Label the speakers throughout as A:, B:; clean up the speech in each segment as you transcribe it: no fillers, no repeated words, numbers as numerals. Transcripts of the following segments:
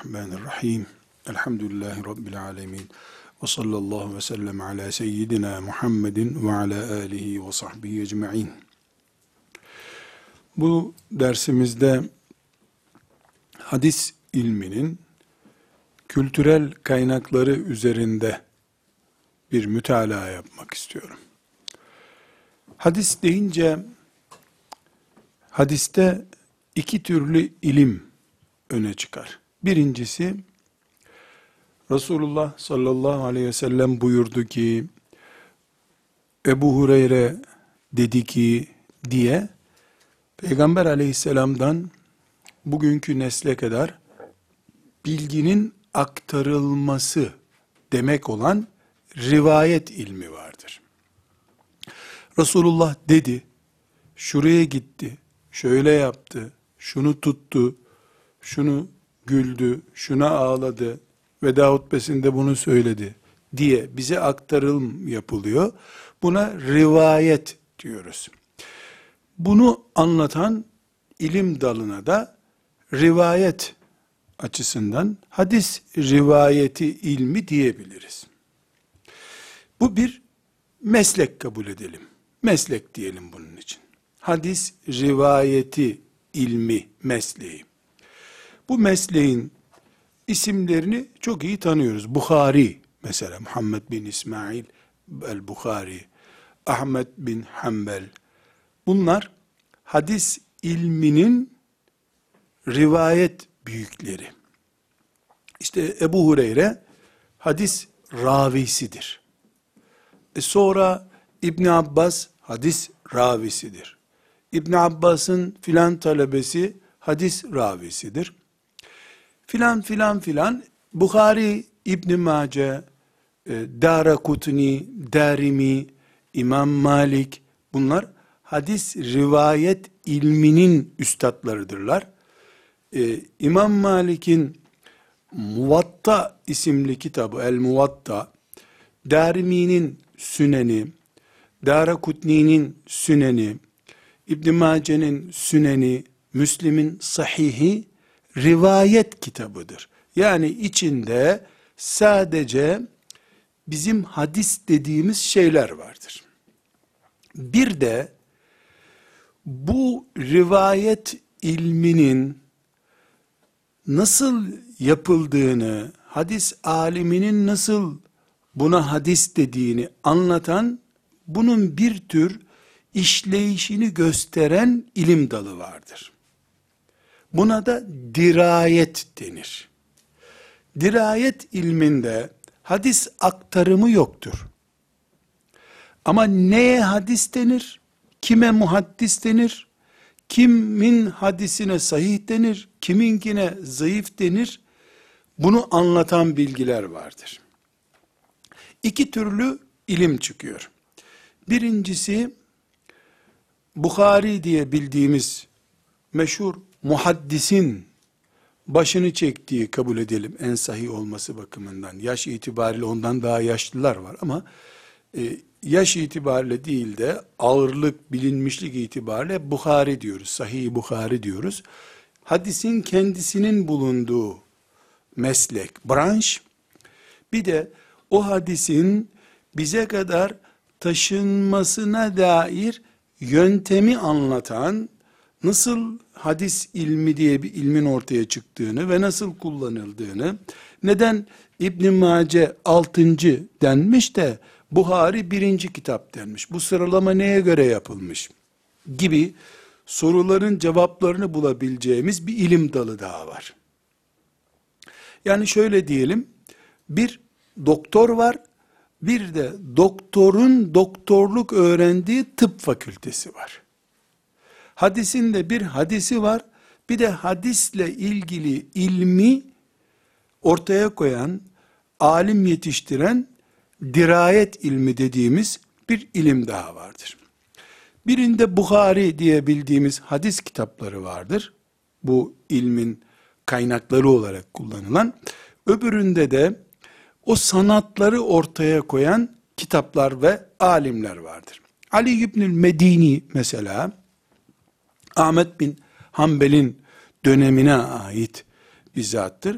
A: Bismillahirrahmanirrahim. Elhamdülillahi Rabbil alemin. Ve sallallahu ve sellem ala seyyidina Muhammedin ve ala alihi ve sahbihi ecma'in. Bu dersimizde hadis ilminin kültürel kaynakları üzerinde bir mütalaa yapmak istiyorum. Hadis deyince hadiste iki türlü ilim öne çıkar. Birincisi, Resulullah sallallahu aleyhi ve sellem buyurdu ki, Ebu Hureyre dedi ki diye, Peygamber aleyhisselamdan bugünkü nesle kadar bilginin aktarılması demek olan rivayet ilmi vardır. Resulullah dedi, şuraya gitti, şöyle yaptı, şunu tuttu, şunu güldü, şuna ağladı, veda hutbesinde bunu söyledi diye bize aktarım yapılıyor. Buna rivayet diyoruz. Bunu anlatan ilim dalına da rivayet açısından hadis rivayeti ilmi diyebiliriz. Bu bir meslek kabul edelim. Meslek diyelim bunun için. Hadis rivayeti ilmi mesleği. Bu mesleğin isimlerini çok iyi tanıyoruz. Bukhari mesela, Muhammed bin İsmail el-Bukhari, Ahmet bin Hanbel. Bunlar hadis ilminin rivayet büyükleri. İşte Ebu Hureyre hadis ravisidir. Sonra İbn Abbas hadis ravisidir. İbn Abbas'ın filan talebesi hadis ravisidir. Filan filan filan, Bukhari, İbn Mace, Darakutni, Darimi, İmam Malik, bunlar hadis rivayet ilminin üstadlarıdırlar. İmam Malik'in Muvatta isimli kitabı, El Muvatta, Darimi'nin Süneni, Darakutni'nin Süneni, İbn Mace'nin Süneni, Müslim'in Sahihi rivayet kitabıdır. Yani içinde sadece bizim hadis dediğimiz şeyler vardır. Bir de bu rivayet ilminin nasıl yapıldığını, hadis aliminin nasıl buna hadis dediğini anlatan, bunun bir tür işleyişini gösteren ilim dalı vardır. Buna da dirayet denir. Dirayet ilminde hadis aktarımı yoktur. Ama neye hadis denir? Kime muhaddis denir? Kimin hadisine sahih denir? Kiminkine zayıf denir? Bunu anlatan bilgiler vardır. İki türlü ilim çıkıyor. Birincisi, Bukhari diye bildiğimiz meşhur muhaddisin başını çektiği kabul edelim, en sahih olması bakımından. Yaş itibariyle ondan daha yaşlılar var ama yaş itibariyle değil de ağırlık, bilinmişlik itibariyle Bukhari diyoruz, Sahih Bukhari diyoruz. Hadisin kendisinin bulunduğu meslek, branş, bir de o hadisin bize kadar taşınmasına dair yöntemi anlatan, nasıl hadis ilmi diye bir ilmin ortaya çıktığını ve nasıl kullanıldığını, neden İbn Mace 6. denmiş de Buhari 1. kitap denmiş, bu sıralama neye göre yapılmış gibi soruların cevaplarını bulabileceğimiz bir ilim dalı daha var. Yani şöyle diyelim, bir doktor var, bir de doktorun doktorluk öğrendiği tıp fakültesi var. Hadisin de bir hadisi var, bir de hadisle ilgili ilmi ortaya koyan, alim yetiştiren dirayet ilmi dediğimiz bir ilim daha vardır. Birinde Bukhari diye bildiğimiz hadis kitapları vardır. Bu ilmin kaynakları olarak kullanılan. Öbüründe de o sanatları ortaya koyan kitaplar ve alimler vardır. Ali İbnül Medini mesela, Ahmet bin Hanbel'in dönemine ait bir zattır.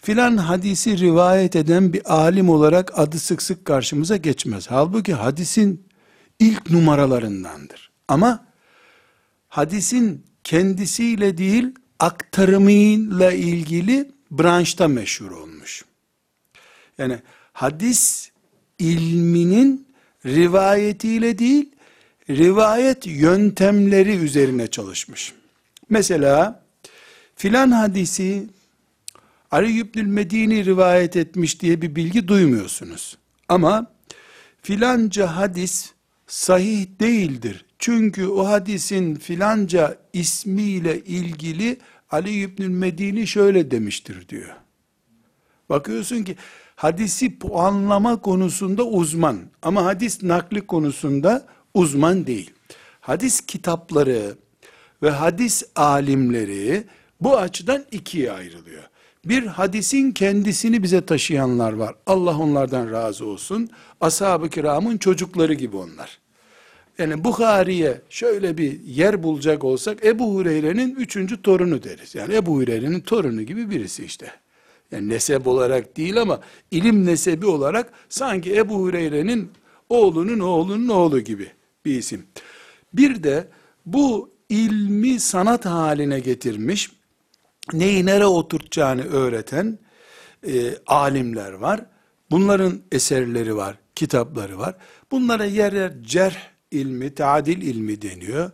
A: filan hadisi rivayet eden bir alim olarak adı sık sık karşımıza geçmez. Halbuki hadisin ilk numaralarındandır. Ama hadisin kendisiyle değil, aktarımıyla ilgili branşta meşhur olmuş. Yani hadis ilminin rivayetiyle değil, rivayet yöntemleri üzerine çalışmış. Mesela filan hadisi Ali İbnül Medini rivayet etmiş diye bir bilgi duymuyorsunuz. Ama filanca hadis sahih değildir. Çünkü o hadisin filanca ismiyle ilgili Ali İbnül Medini şöyle demiştir diyor. Bakıyorsun ki hadisi puanlama konusunda uzman ama hadis nakli konusunda uzman değil. Hadis kitapları ve hadis alimleri bu açıdan ikiye ayrılıyor. Bir, hadisin kendisini bize taşıyanlar var. Allah onlardan razı olsun. Ashab-ı kiramın çocukları gibi onlar. Yani Bukhari'ye şöyle bir yer bulacak olsak Ebu Hureyre'nin 3. torunu deriz. Yani Ebu Hureyre'nin torunu gibi birisi işte. Yani nesep olarak değil ama ilim nesebi olarak sanki Ebu Hureyre'nin oğlunun oğlu gibi bir isim. Bir de bu ilmi sanat haline getirmiş, neyi nereye oturtacağını öğreten alimler var. Bunların eserleri var, kitapları var. Bunlara yer yer cerh ilmi, tadil ilmi deniyor.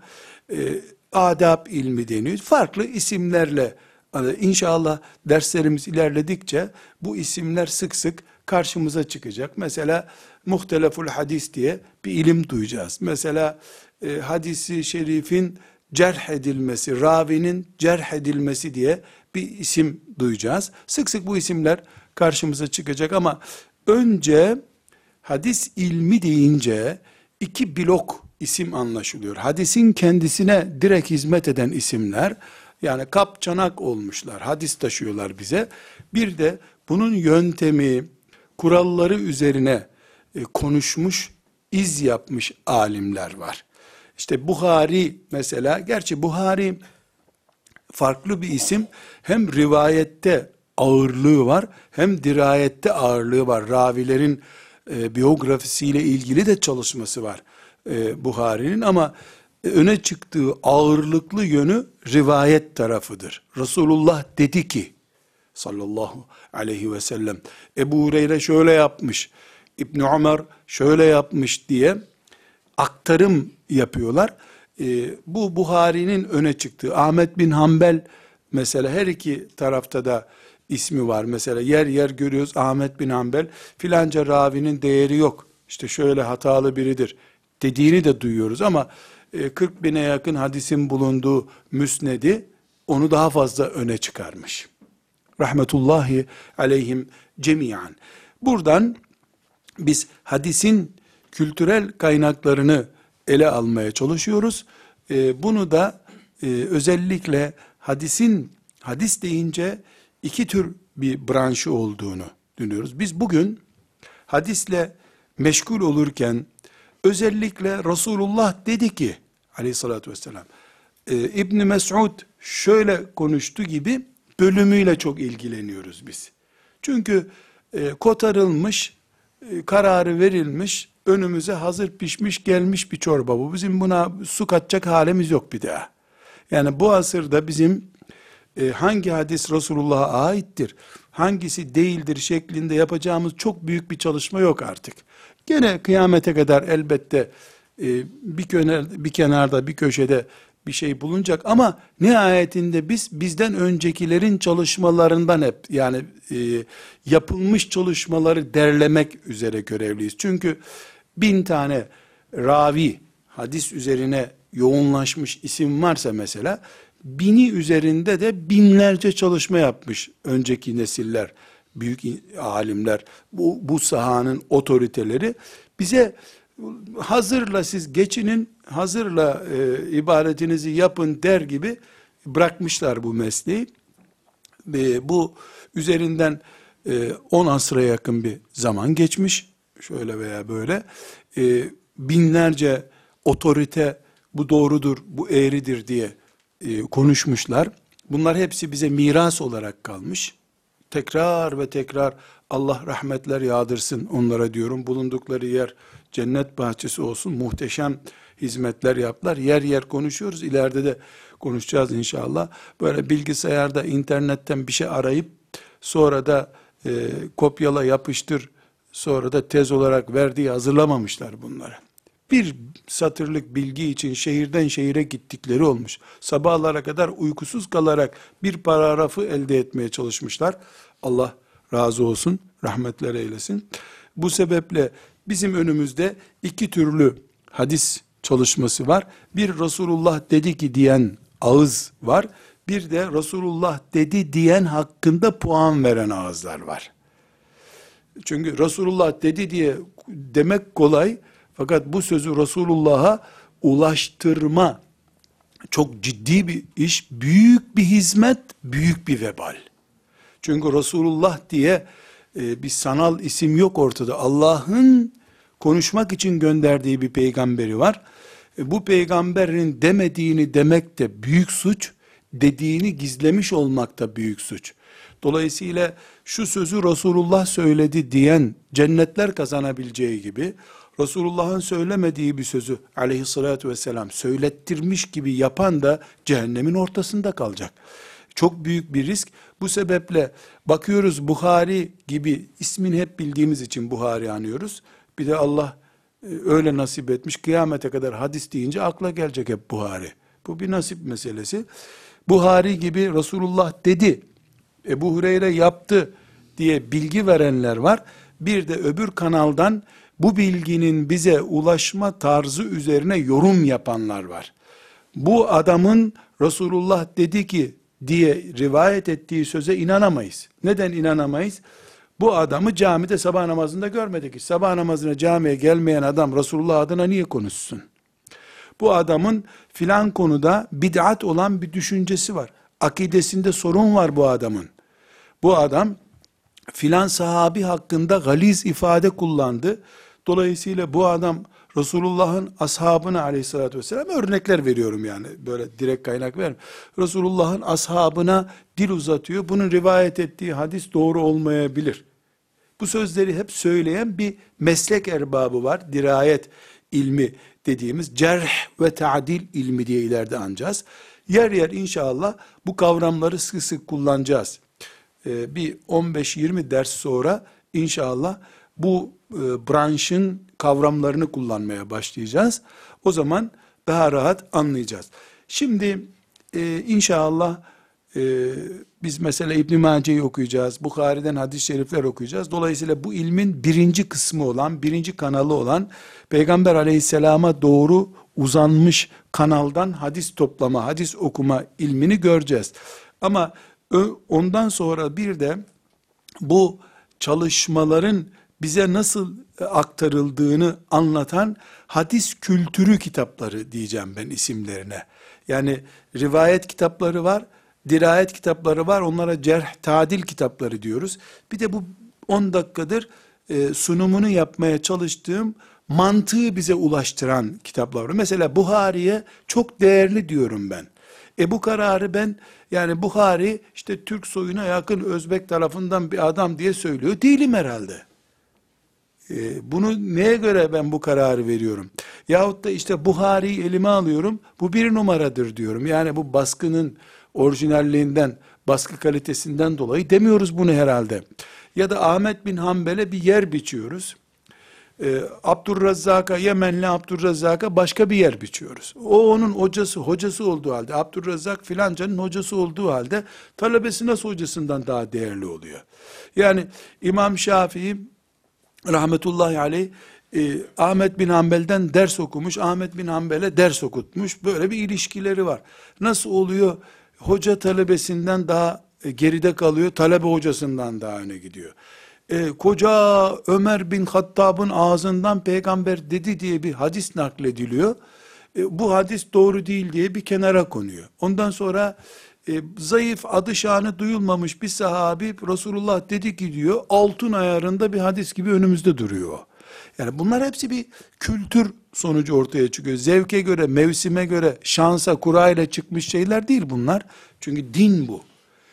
A: Adab ilmi deniyor. Farklı isimlerle inşallah derslerimiz ilerledikçe bu isimler sık sık karşımıza çıkacak. Mesela muhteleful hadis diye bir ilim duyacağız. Mesela hadisi şerifin cerh edilmesi, ravinin cerh edilmesi diye bir isim duyacağız. Sık sık bu isimler karşımıza çıkacak ama önce hadis ilmi deyince iki blok isim anlaşılıyor. Hadisin kendisine direkt hizmet eden isimler, yani kap çanak olmuşlar, hadis taşıyorlar bize. Bir de bunun yöntemi, kuralları üzerine konuşmuş, iz yapmış alimler var. İşte Buhari mesela, gerçi Buhari farklı bir isim, hem rivayette ağırlığı var, hem dirayette ağırlığı var. Ravilerin biyografisiyle ilgili de çalışması var Buhari'nin ama öne çıktığı ağırlıklı yönü rivayet tarafıdır. Resulullah dedi ki sallallahu aleyhi ve sellem, Ebu Hureyre şöyle yapmış, İbn Ömer şöyle yapmış diye aktarım yapıyorlar. Bu Buhari'nin öne çıktığı. Ahmet bin Hanbel mesela, her iki tarafta da ismi var. Mesela yer yer görüyoruz, Ahmet bin Hanbel filanca ravinin değeri yok, İşte şöyle hatalı biridir dediğini de duyuyoruz ama 40 bine yakın hadisin bulunduğu müsnedi onu daha fazla öne çıkarmış. Rahmetullahi aleyhim cemiyan. Buradan biz hadisin kültürel kaynaklarını ele almaya çalışıyoruz. Bunu da özellikle hadis deyince iki tür bir branşı olduğunu düşünüyoruz. Biz bugün hadisle meşgul olurken özellikle Resulullah dedi ki aleyhissalatü vesselam, İbn Mes'ud şöyle konuştu gibi bölümüyle çok ilgileniyoruz biz. Çünkü kotarılmış, kararı verilmiş, önümüze hazır pişmiş gelmiş bir çorba bu. Bizim buna su katacak halimiz yok bir daha. Yani bu asırda bizim hangi hadis Resulullah'a aittir, hangisi değildir şeklinde yapacağımız çok büyük bir çalışma yok artık. Gene kıyamete kadar elbette bir kenarda, bir köşede bir şey bulunacak ama nihayetinde bizden öncekilerin çalışmalarından hep, yani yapılmış çalışmaları derlemek üzere görevliyiz. Çünkü 1000 tane ravi, hadis üzerine yoğunlaşmış isim varsa mesela, 1000'i üzerinde de binlerce çalışma yapmış önceki nesiller, büyük alimler, bu sahanın otoriteleri. Bize hazırla siz geçinin, hazırla ibadetinizi yapın der gibi bırakmışlar bu mesleği. Bu üzerinden 10 asra yakın bir zaman geçmiş, şöyle veya böyle. Binlerce otorite bu doğrudur, bu eğridir diye konuşmuşlar. Bunlar hepsi bize miras olarak kalmış. tekrar ve tekrar Allah rahmetler yağdırsın onlara diyorum. Bulundukları yer cennet bahçesi olsun. Muhteşem hizmetler yaptılar. Yer yer konuşuyoruz. İleride de konuşacağız inşallah. Böyle bilgisayarda, internetten bir şey arayıp sonra da kopyala yapıştır, sonra da tez olarak verdiği hazırlamamışlar bunları. Bir satırlık bilgi için şehirden şehire gittikleri olmuş. Sabahlara kadar uykusuz kalarak bir paragrafı elde etmeye çalışmışlar. Allah razı olsun, rahmetler eylesin. Bu sebeple bizim önümüzde iki türlü hadis çalışması var. Bir Resulullah dedi ki diyen ağız var. Bir de Resulullah dedi diyen hakkında puan veren ağızlar var. Çünkü Resulullah dedi diye demek kolay. Fakat bu sözü Resulullah'a ulaştırma çok ciddi bir iş, büyük bir hizmet, büyük bir vebal. Çünkü Resulullah diye bir sanal isim yok ortada. Allah'ın konuşmak için gönderdiği bir peygamberi var. Bu peygamberin demediğini demek de büyük suç, dediğini gizlemiş olmak da büyük suç. Dolayısıyla şu sözü Resulullah söyledi diyen cennetler kazanabileceği gibi, Resulullah'ın söylemediği bir sözü aleyhissalatü vesselam söylettirmiş gibi yapan da cehennemin ortasında kalacak. Çok büyük bir risk. Bu sebeple bakıyoruz Buhari gibi ismini hep bildiğimiz için Buhari anıyoruz. Bir de Allah öyle nasip etmiş. Kıyamete kadar hadis deyince akla gelecek hep Buhari. Bu bir nasip meselesi. Buhari gibi Resulullah dedi, Ebu Hureyre yaptı diye bilgi verenler var. Bir de öbür kanaldan bu bilginin bize ulaşma tarzı üzerine yorum yapanlar var. Bu adamın Resulullah dedi ki diye rivayet ettiği söze inanamayız. Neden inanamayız? Bu adamı camide sabah namazında görmedik. Sabah namazına camiye gelmeyen adam Resulullah adına niye konuşsun? Bu adamın filan konuda bid'at olan bir düşüncesi var. Akidesinde sorun var bu adamın. Bu adam filan sahabi hakkında galiz ifade kullandı. Dolayısıyla bu adam Resulullah'ın ashabına aleyhissalatü vesselam örnekler veriyorum yani. Böyle direkt kaynak vermiyorum. Resulullah'ın ashabına dil uzatıyor. Bunun rivayet ettiği hadis doğru olmayabilir. Bu sözleri hep söyleyen bir meslek erbabı var. Dirayet ilmi dediğimiz cerh ve ta'dil ilmi diye ileride anacağız. Yer yer inşallah bu kavramları sık sık kullanacağız. Bir 15-20 ders sonra inşallah bu branşın kavramlarını kullanmaya başlayacağız. O zaman daha rahat anlayacağız. Şimdi inşallah biz mesela İbn-i Mace'yi okuyacağız. Bukhari'den hadis-i şerifler okuyacağız. Dolayısıyla bu ilmin birinci kısmı olan, birinci kanalı olan Peygamber aleyhisselama doğru uzanmış kanaldan hadis toplama, hadis okuma ilmini göreceğiz. Ama ondan sonra bir de bu çalışmaların bize nasıl aktarıldığını anlatan hadis kültürü kitapları diyeceğim ben isimlerine. Yani rivayet kitapları var, dirayet kitapları var, onlara cerh, tadil kitapları diyoruz. Bir de bu 10 dakikadır sunumunu yapmaya çalıştığım mantığı bize ulaştıran kitaplar var. Mesela Buhari'ye çok değerli diyorum ben. Bu kararı ben, yani Buhari işte Türk soyuna yakın Özbek tarafından bir adam diye söylüyor. Değilim herhalde. Bunu neye göre ben bu kararı veriyorum? Yahut da işte Buhari'yi elime alıyorum. Bu bir numaradır diyorum. Yani bu baskının orijinalliğinden, baskı kalitesinden dolayı demiyoruz bunu herhalde. Ya da Ahmet bin Hanbel'e bir yer biçiyoruz. Abdurrazzak'a, Yemenli Abdurrazzak'a başka bir yer biçiyoruz. O onun hocası olduğu halde, Abdurrazzak filancanın hocası olduğu halde talebesi nasıl hocasından daha değerli oluyor? Yani İmam Şafii rahmetullahi aleyh Ahmet bin Hanbel'den ders okumuş, Ahmet bin Hanbel'e ders okutmuş. Böyle bir ilişkileri var. Nasıl oluyor? Hoca talebesinden daha geride kalıyor, talebe hocasından daha öne gidiyor. Koca Ömer bin Hattab'ın ağzından peygamber dedi diye bir hadis naklediliyor. Bu hadis doğru değil diye bir kenara konuyor. Ondan sonra zayıf, adı şanı duyulmamış bir sahabi Resulullah dedi ki diyor, altın ayarında bir hadis gibi önümüzde duruyor. Yani bunlar hepsi bir kültür sonucu ortaya çıkıyor. Zevke göre, mevsime göre, şansa, kurayla çıkmış şeyler değil bunlar. Çünkü din bu.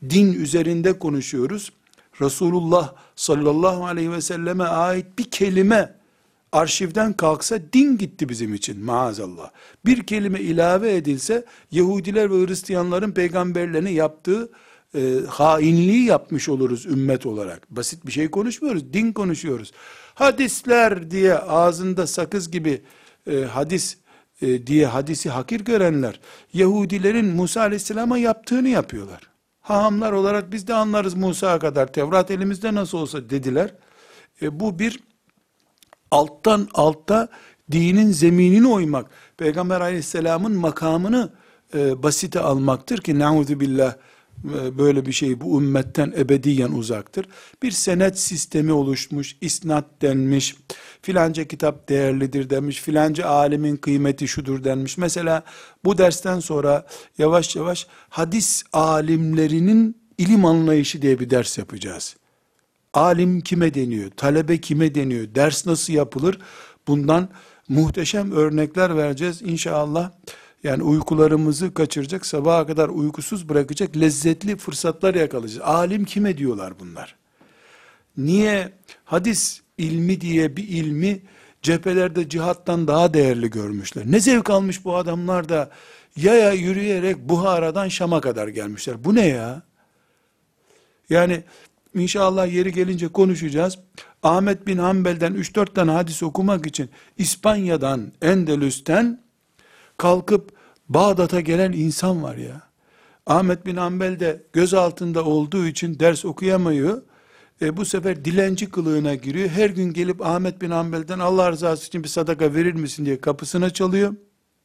A: din üzerinde konuşuyoruz. Resulullah sallallahu aleyhi ve selleme ait bir kelime arşivden kalksa din gitti bizim için maazallah. Bir kelime ilave edilse Yahudiler ve Hristiyanların peygamberlerine yaptığı hainliği yapmış oluruz ümmet olarak. Basit bir şey konuşmuyoruz, din konuşuyoruz. Hadisler diye ağzında sakız gibi hadis diye hadisi hakir görenler, Yahudilerin Musa aleyhisselama yaptığını yapıyorlar. Hahamlar olarak biz de anlarız Musa'ya kadar, Tevrat elimizde nasıl olsa dediler. Bu bir alttan alta dinin zeminini oymak, Peygamber aleyhisselamın makamını basite almaktır ki ne'udzubillah, böyle bir şey bu ümmetten ebediyen uzaktır. Bir senet sistemi oluşmuş, isnat denmiş, filanca kitap değerlidir demiş, filanca alimin kıymeti şudur denmiş. Mesela bu dersten sonra yavaş yavaş hadis alimlerinin ilim anlayışı diye bir ders yapacağız. Alim kime deniyor? Talebe kime deniyor? Ders nasıl yapılır? Bundan muhteşem örnekler vereceğiz inşallah. Yani uykularımızı kaçıracak, sabaha kadar uykusuz bırakacak lezzetli fırsatlar yakalayacağız. Alim kime diyorlar bunlar? Niye hadis ilmi diye bir ilmi cephelerde cihattan daha değerli görmüşler? Ne zevk almış bu adamlar da yaya yürüyerek Buhara'dan Şam'a kadar gelmişler. Bu ne ya? Yani İnşallah yeri gelince konuşacağız. Ahmet bin Hanbel'den 3-4 tane hadis okumak için İspanya'dan, Endülüs'ten kalkıp Bağdat'a gelen insan var ya. Ahmet bin Hanbel de göz altında olduğu için ders okuyamıyor. Bu sefer dilenci kılığına giriyor. Her gün gelip Ahmet bin Hanbel'den Allah rızası için bir sadaka verir misin diye kapısına çalıyor.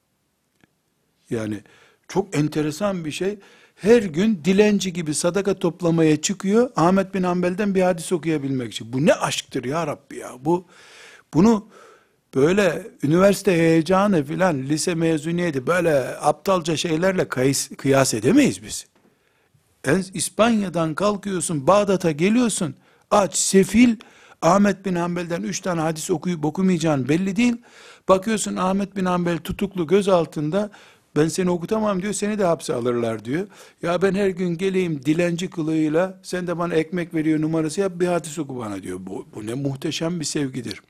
A: Yani çok enteresan bir şey. Her gün dilenci gibi sadaka toplamaya çıkıyor. Ahmet bin Hanbel'den bir hadis okuyabilmek için. Bu ne aşktır ya Rabbi ya. Bunu böyle üniversite heyecanı filan, lise mezuniyeti böyle aptalca şeylerle kıyas edemeyiz biz. İspanya'dan kalkıyorsun, Bağdat'a geliyorsun. Aç, sefil, Ahmet bin Hanbel'den 3 tane hadis okuyup okumayacağın belli değil. Bakıyorsun Ahmet bin Hanbel tutuklu, gözaltında. Ben seni okutamam diyor, seni de hapse alırlar diyor. Ya ben her gün geleyim dilenci kılığıyla, sen de bana ekmek veriyor numarası yap, bir hadis oku bana diyor. Bu ne muhteşem bir sevgidir.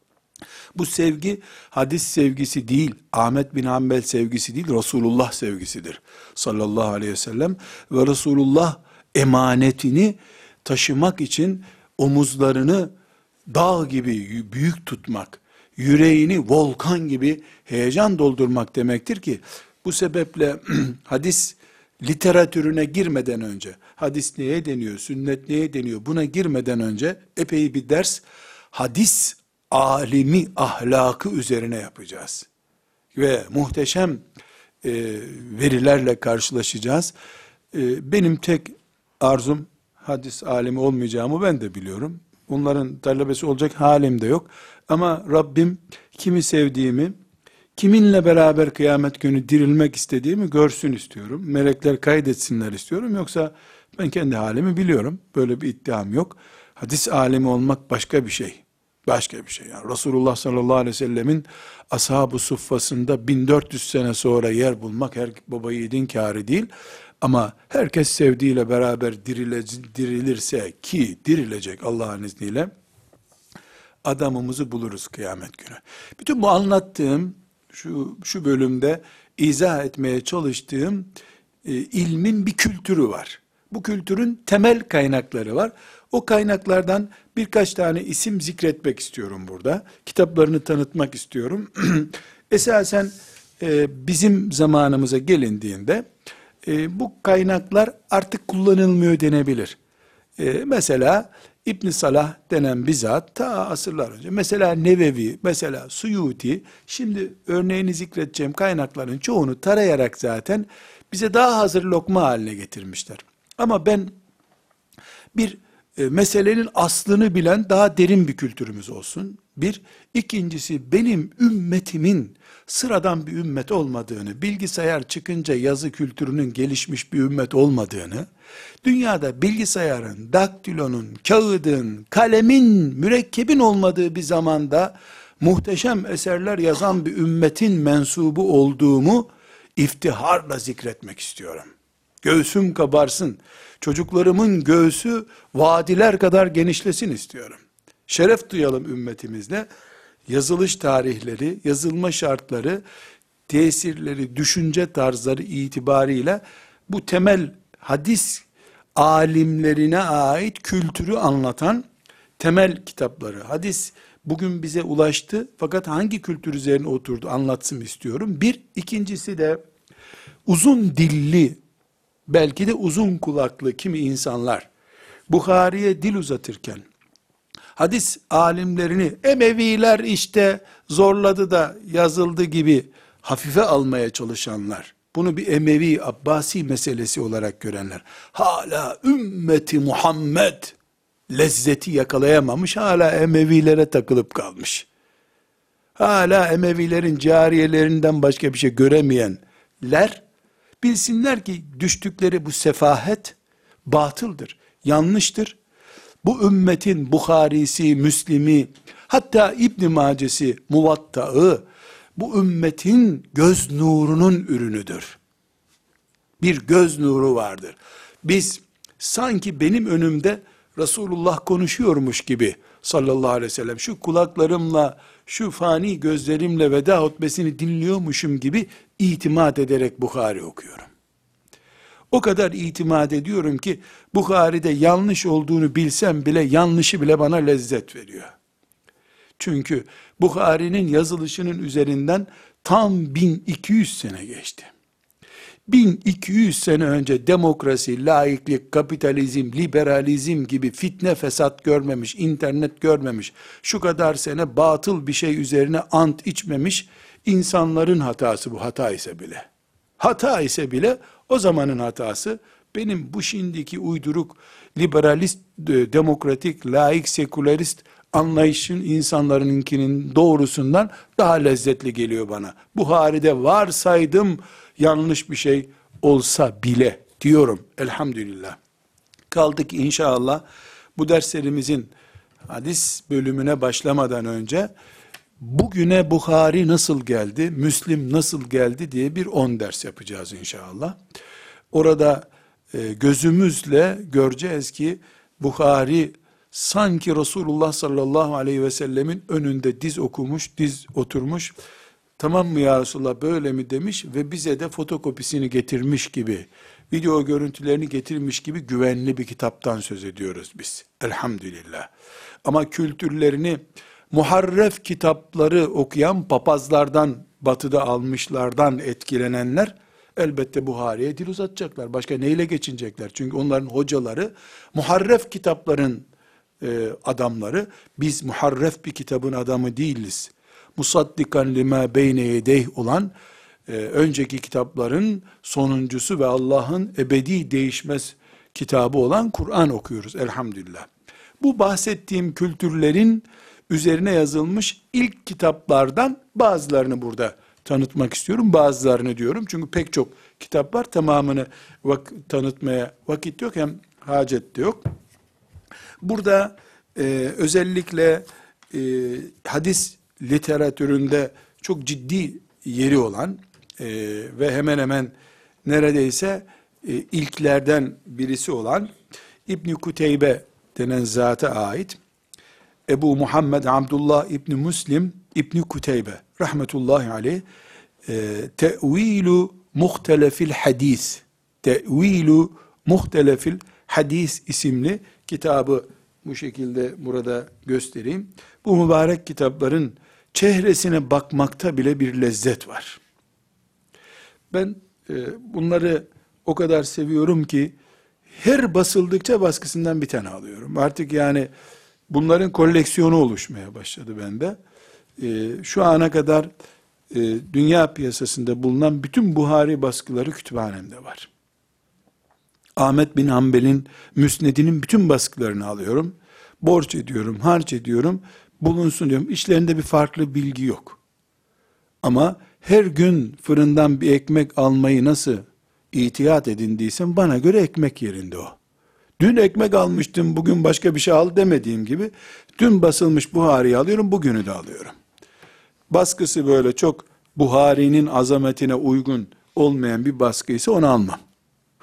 A: Bu sevgi hadis sevgisi değil, Ahmet bin Hanbel sevgisi değil, Resulullah sevgisidir. Sallallahu aleyhi ve sellem ve Resulullah emanetini taşımak için omuzlarını dağ gibi büyük tutmak, yüreğini volkan gibi heyecan doldurmak demektir ki, bu sebeple hadis literatürüne girmeden önce, hadis neye deniyor, sünnet neye deniyor, buna girmeden önce epey bir ders, hadis alimi ahlakı üzerine yapacağız. Ve muhteşem verilerle karşılaşacağız. Benim tek arzum, hadis alimi olmayacağımı ben de biliyorum. Onların talebesi olacak halim de yok. Ama Rabbim kimi sevdiğimi, kiminle beraber kıyamet günü dirilmek istediğimi görsün istiyorum. Melekler kaydetsinler istiyorum. Yoksa ben kendi halimi biliyorum. Böyle bir iddiam yok. Hadis alimi olmak başka bir şey. Başka bir şey. Yani Resulullah sallallahu aleyhi ve sellemin ashab-ı suffasında 1400 sene sonra yer bulmak her baba yiğidin kârı değil. Ama herkes sevdiğiyle beraber dirilirse, ki dirilecek Allah'ın izniyle, adamımızı buluruz kıyamet günü. Bütün bu anlattığım, şu bölümde izah etmeye çalıştığım ilmin bir kültürü var. Bu kültürün temel kaynakları var. O kaynaklardan birkaç tane isim zikretmek istiyorum burada. Kitaplarını tanıtmak istiyorum. Esasen bizim zamanımıza gelindiğinde bu kaynaklar artık kullanılmıyor denebilir. Mesela İbn Salah denen bir zat ta asırlar önce, mesela Nevevi, mesela Suyuti, şimdi örneğini zikredeceğim kaynakların çoğunu tarayarak zaten bize daha hazır lokma haline getirmişler. Ama ben bir meselenin aslını bilen daha derin bir kültürümüz olsun. Bir, ikincisi benim ümmetimin sıradan bir ümmet olmadığını, bilgisayar çıkınca yazı kültürünün gelişmiş bir ümmet olmadığını, dünyada bilgisayarın, daktilonun, kağıdın, kalemin, mürekkebin olmadığı bir zamanda muhteşem eserler yazan bir ümmetin mensubu olduğumu iftiharla zikretmek istiyorum. Göğsüm kabarsın. Çocuklarımın göğsü vadiler kadar genişlesin istiyorum. Şeref duyalım ümmetimizle. Yazılış tarihleri, yazılma şartları, tesirleri, düşünce tarzları itibariyle bu temel hadis alimlerine ait kültürü anlatan temel kitapları. Hadis bugün bize ulaştı fakat hangi kültür üzerine oturdu anlatsın istiyorum. Bir, ikincisi de uzun dilli, belki de uzun kulaklı kimi insanlar Bukhari'ye dil uzatırken, hadis alimlerini Emeviler işte zorladı da yazıldı gibi hafife almaya çalışanlar, bunu bir Emevi, Abbasi meselesi olarak görenler, hala ümmeti Muhammed lezzeti yakalayamamış, hala Emevilere takılıp kalmış. Hala Emevilerin cariyelerinden başka bir şey göremeyenler, bilsinler ki düştükleri bu sefahet batıldır, yanlıştır. Bu ümmetin Buharisi, Müslim'i, hatta İbn Macesi, Muvatta'ı, bu ümmetin göz nurunun ürünüdür. Bir göz nuru vardır. Biz sanki benim önümde Resulullah konuşuyormuş gibi sallallahu aleyhi ve sellem, şu kulaklarımla, şu fani gözlerimle veda hutbesini dinliyormuşum gibi itimat ederek Bukhari okuyorum. O kadar itimat ediyorum ki Bukhari'de yanlış olduğunu bilsem bile yanlışı bile bana lezzet veriyor. Çünkü Bukhari'nin yazılışının üzerinden tam 1200 sene geçti. 1200 sene önce demokrasi, laiklik, kapitalizm, liberalizm gibi fitne fesat görmemiş, internet görmemiş, şu kadar sene batıl bir şey üzerine ant içmemiş insanların hatası bu, hata ise bile. Hata ise bile o zamanın hatası, benim bu şimdiki uyduruk, liberalist, demokratik, laik, sekülerist anlayışın insanlarınkinin doğrusundan daha lezzetli geliyor bana. Buhari'de varsaydım yanlış bir şey olsa bile diyorum elhamdülillah. Kaldı ki inşallah bu derslerimizin hadis bölümüne başlamadan önce bugüne Bukhari nasıl geldi, Müslim nasıl geldi diye bir 10 ders yapacağız inşallah. Orada gözümüzle göreceğiz ki Bukhari sanki Resulullah sallallahu aleyhi ve sellemin önünde diz okumuş, diz oturmuş, tamam mı ya Resulullah böyle mi demiş ve bize de fotokopisini getirmiş gibi, video görüntülerini getirmiş gibi güvenli bir kitaptan söz ediyoruz biz. Elhamdülillah. Ama kültürlerini muharref kitapları okuyan papazlardan, batıda almışlardan etkilenenler elbette Buhari'ye dil uzatacaklar. Başka neyle geçinecekler? Çünkü onların hocaları muharref kitapların adamları. Biz muharref bir kitabın adamı değiliz. Musaddikan lima beyne yedeyh olan önceki kitapların sonuncusu ve Allah'ın ebedi değişmez kitabı olan Kur'an okuyoruz elhamdülillah. Bu bahsettiğim kültürlerin üzerine yazılmış ilk kitaplardan bazılarını burada tanıtmak istiyorum. Bazılarını diyorum çünkü pek çok kitap var, tamamını tanıtmaya vakit yok, hem hacet de yok. Burada özellikle hadis literatüründe çok ciddi yeri olan ve hemen hemen neredeyse ilklerden birisi olan İbn Kuteybe denen zata ait Ebu Muhammed Abdullah İbni Müslim İbni Kuteybe rahmetullahi aleyh Te'vilu Muhtelefil Hadis, Te'vilu Muhtelefil Hadis isimli kitabı bu şekilde burada göstereyim. Bu mübarek kitapların çehresine bakmakta bile bir lezzet var. Ben bunları o kadar seviyorum ki her basıldıkça baskısından bir tane alıyorum. Artık yani bunların koleksiyonu oluşmaya başladı bende. Şu ana kadar dünya piyasasında bulunan bütün Buhari baskıları kütüphanemde var. Ahmet bin Hanbel'in Müsned'inin bütün baskılarını alıyorum. Borç ediyorum, harç ediyorum, bulunsun diyorum. İçlerinde bir farklı bilgi yok. Ama her gün fırından bir ekmek almayı nasıl itiyat edindiysem bana göre ekmek yerinde o. Dün ekmek almıştım, bugün başka bir şey al demediğim gibi, dün basılmış Buhari'yi alıyorum, bugünü de alıyorum. Baskısı böyle çok Buhari'nin azametine uygun olmayan bir baskıysa onu almam.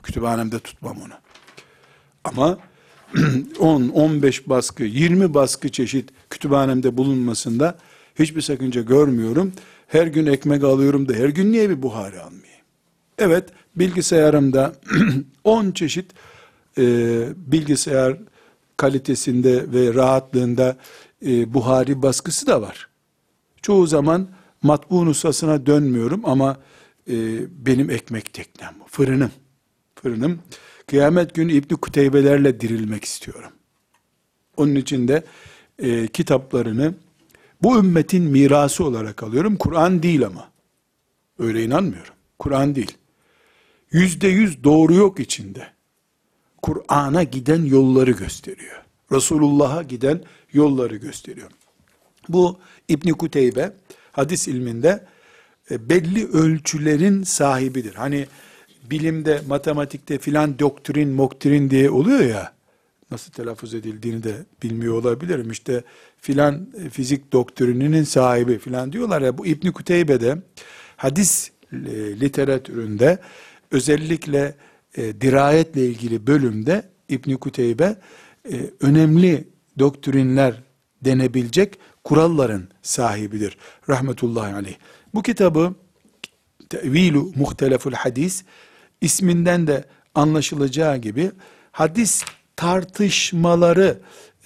A: Kütüphanemde tutmam onu. Ama 10, 15 baskı, 20 baskı çeşit kütüphanemde bulunmasında hiçbir sakınca görmüyorum. Her gün ekmek alıyorum da her gün niye bir Buhari almayayım? Evet, bilgisayarımda 10 çeşit bilgisayar kalitesinde ve rahatlığında Buhari baskısı da var. Çoğu zaman matbu nusasına dönmüyorum ama benim ekmek teknem, fırınım. Kıyamet günü İbn Kuteybe'lerle dirilmek istiyorum. Onun için de kitaplarını bu ümmetin mirası olarak alıyorum. Kur'an değil ama. Öyle inanmıyorum. Kur'an değil. %100 doğru yok içinde. Kur'an'a giden yolları gösteriyor. Resulullah'a giden yolları gösteriyor. Bu İbn Kuteybe hadis ilminde belli ölçülerin sahibidir. Hani bilimde, matematikte filan doktrin diye oluyor ya, nasıl telaffuz edildiğini de bilmiyor olabilirim. İşte filan fizik doktrininin sahibi filan diyorlar ya, bu İbn Kuteybe'de hadis literatüründe özellikle dirayetle ilgili bölümde İbn Kuteybe önemli doktrinler denebilecek kuralların sahibidir. Rahmetullahi aleyh. Bu kitabı Te'vilu Muhteleful Hadis isminden de anlaşılacağı gibi hadis tartışmaları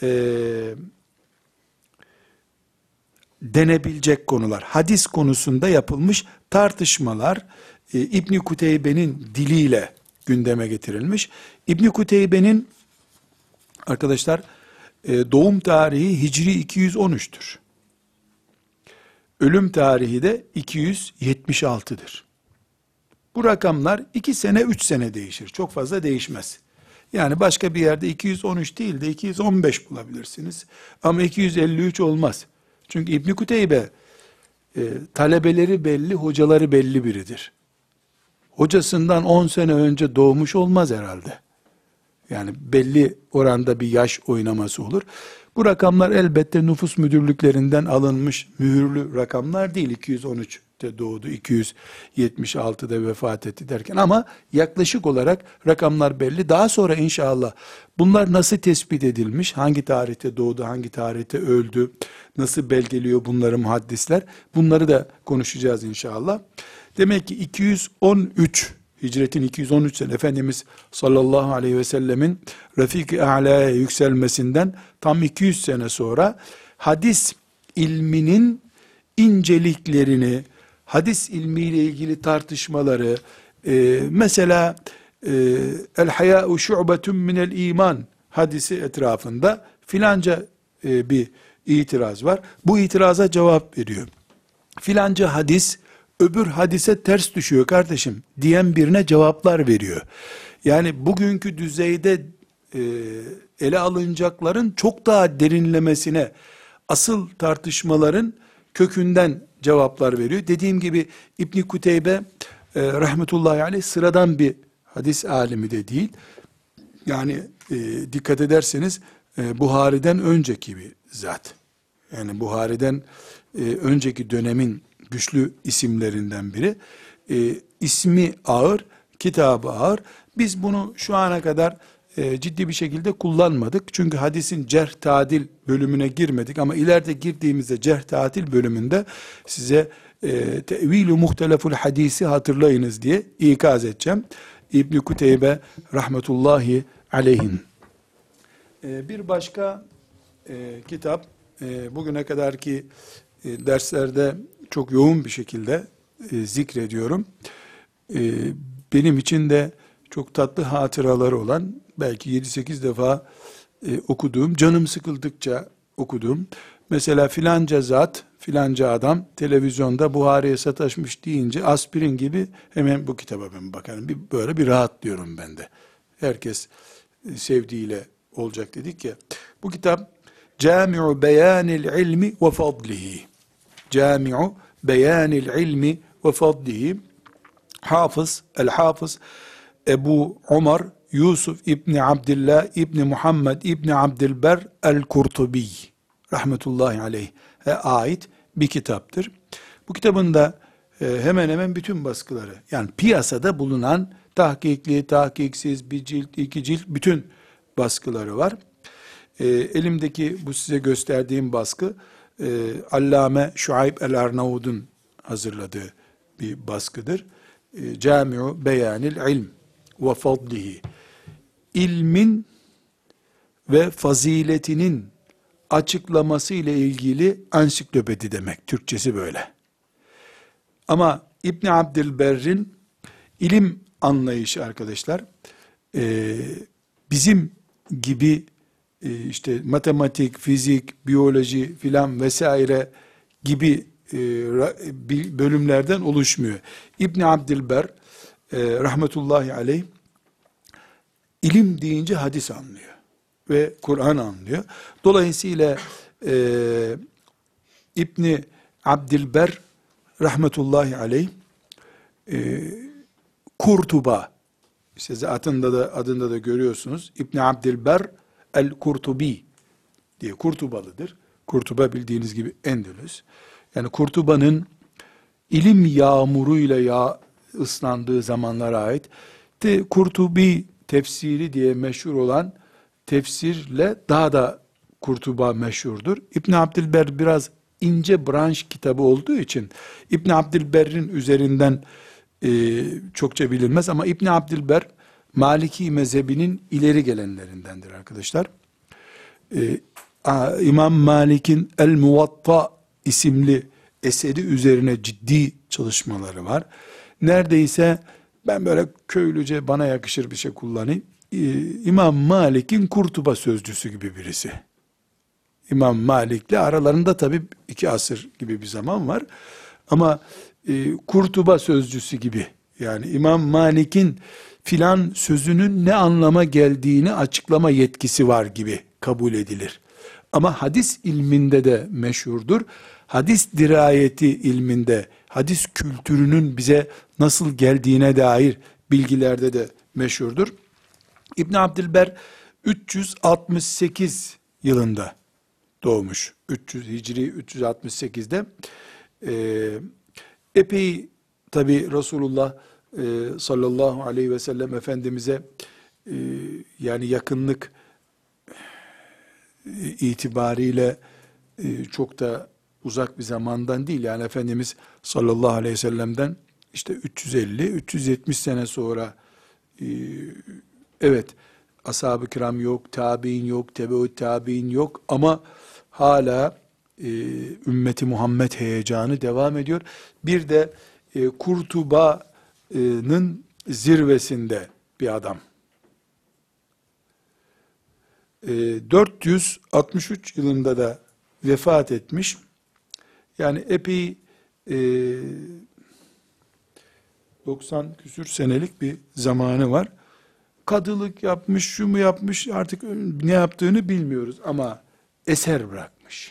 A: denebilecek konular. Hadis konusunda yapılmış tartışmalar İbn Kuteybe'nin diliyle gündeme getirilmiş. İbn Kuteybe'nin arkadaşlar doğum tarihi Hicri 213'tür. Ölüm tarihi de 276'dır. Bu rakamlar 2 sene 3 sene değişir. Çok fazla değişmez. Yani başka bir yerde 213 değil de 215 bulabilirsiniz. Ama 253 olmaz. Çünkü İbn Kuteybe talebeleri belli, hocaları belli biridir. Hocasından 10 sene önce doğmuş olmaz herhalde. Yani belli oranda bir yaş oynaması olur. Bu rakamlar elbette nüfus müdürlüklerinden alınmış mühürlü rakamlar değil. 213'te doğdu, 276'da vefat etti derken, ama yaklaşık olarak rakamlar belli. Daha sonra inşallah bunlar nasıl tespit edilmiş, hangi tarihte doğdu, hangi tarihte öldü, nasıl belgeliyor bunları muhaddisler, bunları da konuşacağız inşallah. Demek ki 213, hicretin 213 sene Efendimiz sallallahu aleyhi ve sellemin Refik-i A'la'ya yükselmesinden tam 200 sene sonra hadis ilminin inceliklerini, hadis ilmiyle ilgili tartışmaları, mesela el hayâ'u şu'betun minel iman hadisi etrafında filanca bir itiraz var. Bu itiraza cevap veriyor. Filanca hadis öbür hadise ters düşüyor kardeşim diyen birine cevaplar veriyor. Yani bugünkü düzeyde ele alınacakların çok daha derinlemesine, asıl tartışmaların kökünden cevaplar veriyor. Dediğim gibi İbn Kuteybe rahmetullahi aleyh sıradan bir hadis alimi de değil. Yani dikkat ederseniz Buhari'den önceki bir zat. Yani Buhari'den önceki dönemin güçlü isimlerinden biri. İsmi ağır, kitabı ağır. Biz bunu şu ana kadar ciddi bir şekilde kullanmadık. Çünkü hadisin cerh tadil bölümüne girmedik, ama ileride girdiğimizde cerh tadil bölümünde size Te'vilu Muhteleful Hadisi hatırlayınız diye ikaz edeceğim. İbn Kuteybe rahmetullahi aleyhin. Bir başka kitap, bugüne kadarki derslerde çok yoğun bir şekilde zikrediyorum. Benim için de çok tatlı hatıraları olan, belki 7-8 defa okuduğum, canım sıkıldıkça okuduğum, mesela filanca zat, filanca adam televizyonda Buhari'ye sataşmış deyince aspirin gibi hemen bu kitaba ben bakarım. Böyle bir rahatlıyorum ben de. Herkes sevdiğiyle olacak dedik ya. Bu kitap Cami'u Beyanil İlmi ve Fadlihi. Cami'u Beyanil İlmi ve Fadlihi. El-Hafız Ebu Umar Yusuf İbni Abdillah İbni Muhammed İbni Abdilber El-Kurtubi rahmetullahi aleyh'e ait bir kitaptır. Bu kitabın da hemen hemen bütün baskıları, yani piyasada bulunan tahkikli, tahkiksiz, bir cilt, iki cilt bütün baskıları var. Elimdeki bu size gösterdiğim baskı Allame Şuayb el-Arnavud'un hazırladığı bir baskıdır. Camiu Beyanil İlm ve Fadlihi. İlmin ve faziletinin açıklaması ile ilgili ansiklopedi demek. Türkçesi böyle. Ama İbn Abdülberr'in ilim anlayışı arkadaşlar, bizim gibi işte matematik, fizik, biyoloji filan vesaire gibi bölümlerden oluşmuyor. İbn Abdülber rahmetullahi aleyh ilim deyince hadis anlıyor ve Kur'an anlıyor. Dolayısıyla İbn Abdülber rahmetullahi aleyh Kurtuba, işte adında da görüyorsunuz, İbn Abdülber el-Kurtubi diye, Kurtubalıdır. Kurtuba bildiğiniz gibi Endülüs. Yani Kurtuba'nın ilim yağmuruyla ıslandığı zamanlara ait Kurtubi tefsiri diye meşhur olan tefsirle daha da Kurtuba meşhurdur. İbn Abdülber biraz ince branş kitabı olduğu için İbn Abdülber'in üzerinden çokça bilinmez ama İbn Abdülber Maliki mezhebinin ileri gelenlerindendir arkadaşlar. İmam Malik'in El-Muvatta isimli eseri üzerine ciddi çalışmaları var. Neredeyse ben böyle köylüce bana yakışır bir şey kullanayım. İmam Malik'in Kurtuba sözcüsü gibi birisi. İmam Malik'le aralarında tabii 2 asır gibi bir zaman var. Ama Kurtuba sözcüsü gibi, yani İmam Malik'in filan sözünün ne anlama geldiğini açıklama yetkisi var gibi kabul edilir. Ama hadis ilminde de meşhurdur. Hadis dirayeti ilminde, hadis kültürünün bize nasıl geldiğine dair bilgilerde de meşhurdur. İbn Abdülber 368 yılında doğmuş. Hicri 368'de. Epey tabi Resulullah sallallahu aleyhi ve sellem Efendimiz'e yani yakınlık itibariyle çok da uzak bir zamandan değil. Yani Efendimiz sallallahu aleyhi ve sellem'den işte 350-370 sene sonra evet, ashab-ı kiram yok, tabi'in yok, tebe-ü tabi'in yok ama hala ümmeti Muhammed heyecanı devam ediyor. Bir de Kurtuba'nın zirvesinde bir adam. 463 yılında da vefat etmiş. Yani epey 90 küsür senelik bir zamanı var. Kadılık yapmış, şu mu yapmış, artık ne yaptığını bilmiyoruz ama eser bırakmış.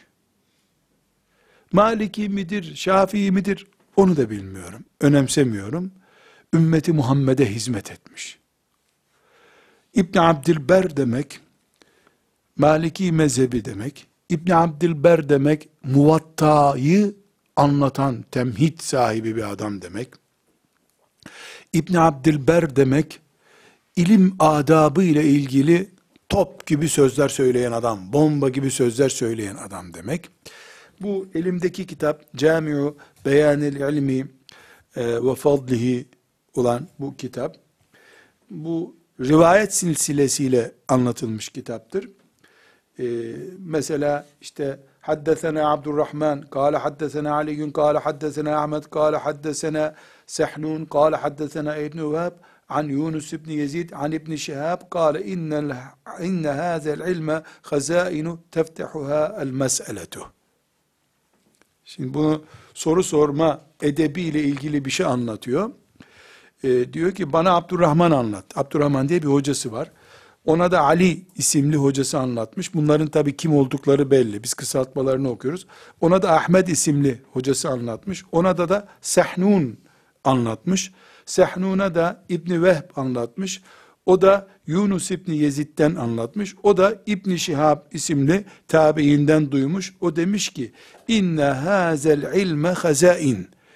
A: Maliki midir, Şafii midir onu da bilmiyorum. Önemsemiyorum. Ümmeti Muhammed'e hizmet etmiş. İbn Abdülber demek, Maliki mezhebi demek. İbn Abdülber demek, Muvatta'yı anlatan temhid sahibi bir adam demek. İbn Abdülber demek, ilim adabı ile ilgili top gibi sözler söyleyen adam, bomba gibi sözler söyleyen adam demek. Bu elimdeki kitap Camiu Beyanil İlmi ve Fadlihi olan bu kitap, bu rivayet silsilesiyle anlatılmış kitaptır. Mesela işte haddesena Abdurrahman kâle haddesena Aliyyun kâle haddesena Ahmed kâle haddesena Sehnun kâle haddesena İbn-i Vehb an Yunus ibn Yezid an İbn Şihab kâle inne hâzel ilme hazainu teftehuha el mes'eletu. Şimdi bunu soru sorma edebiyle ilgili bir şey anlatıyor. Diyor ki bana Abdurrahman anlat. Abdurrahman diye bir hocası var. Ona da Ali isimli hocası anlatmış. Bunların tabii kim oldukları belli. Biz kısaltmalarını okuyoruz. Ona da Ahmed isimli hocası anlatmış. Ona da Sehnun anlatmış. Sehnun'a da İbn Vehb anlatmış. O da Yunus İbni Yezid'den anlatmış. O da İbn Şihab isimli tabiinden duymuş. O demiş ki inne hazel ilme hazain.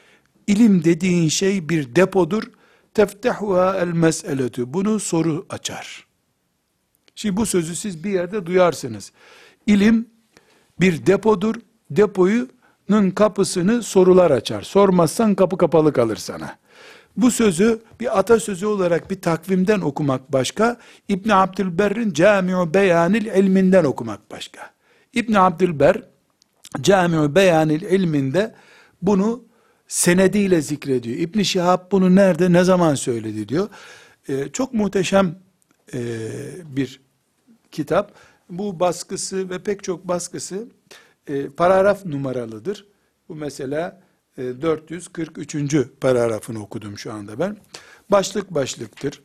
A: İlim dediğin şey bir depodur. Teftehuha el mes'eletu. Bunu soru açar. Şimdi bu sözü siz bir yerde duyarsınız. İlim bir depodur. Depoyunun kapısını sorular açar. Sormazsan kapı kapalı kalır sana. Bu sözü bir atasözü olarak bir takvimden okumak başka, İbn Abdülberr'in Camiu Beyanil ilminden okumak başka. İbn Abdülberr Camiu Beyanil ilminde bunu senediyle zikrediyor. İbn Şihab bunu nerede, ne zaman söyledi diyor. Çok muhteşem bir kitap. Bu baskısı ve pek çok baskısı paragraf numaralıdır. Bu mesela 443. paragrafını okudum şu anda ben. Başlık başlıktır.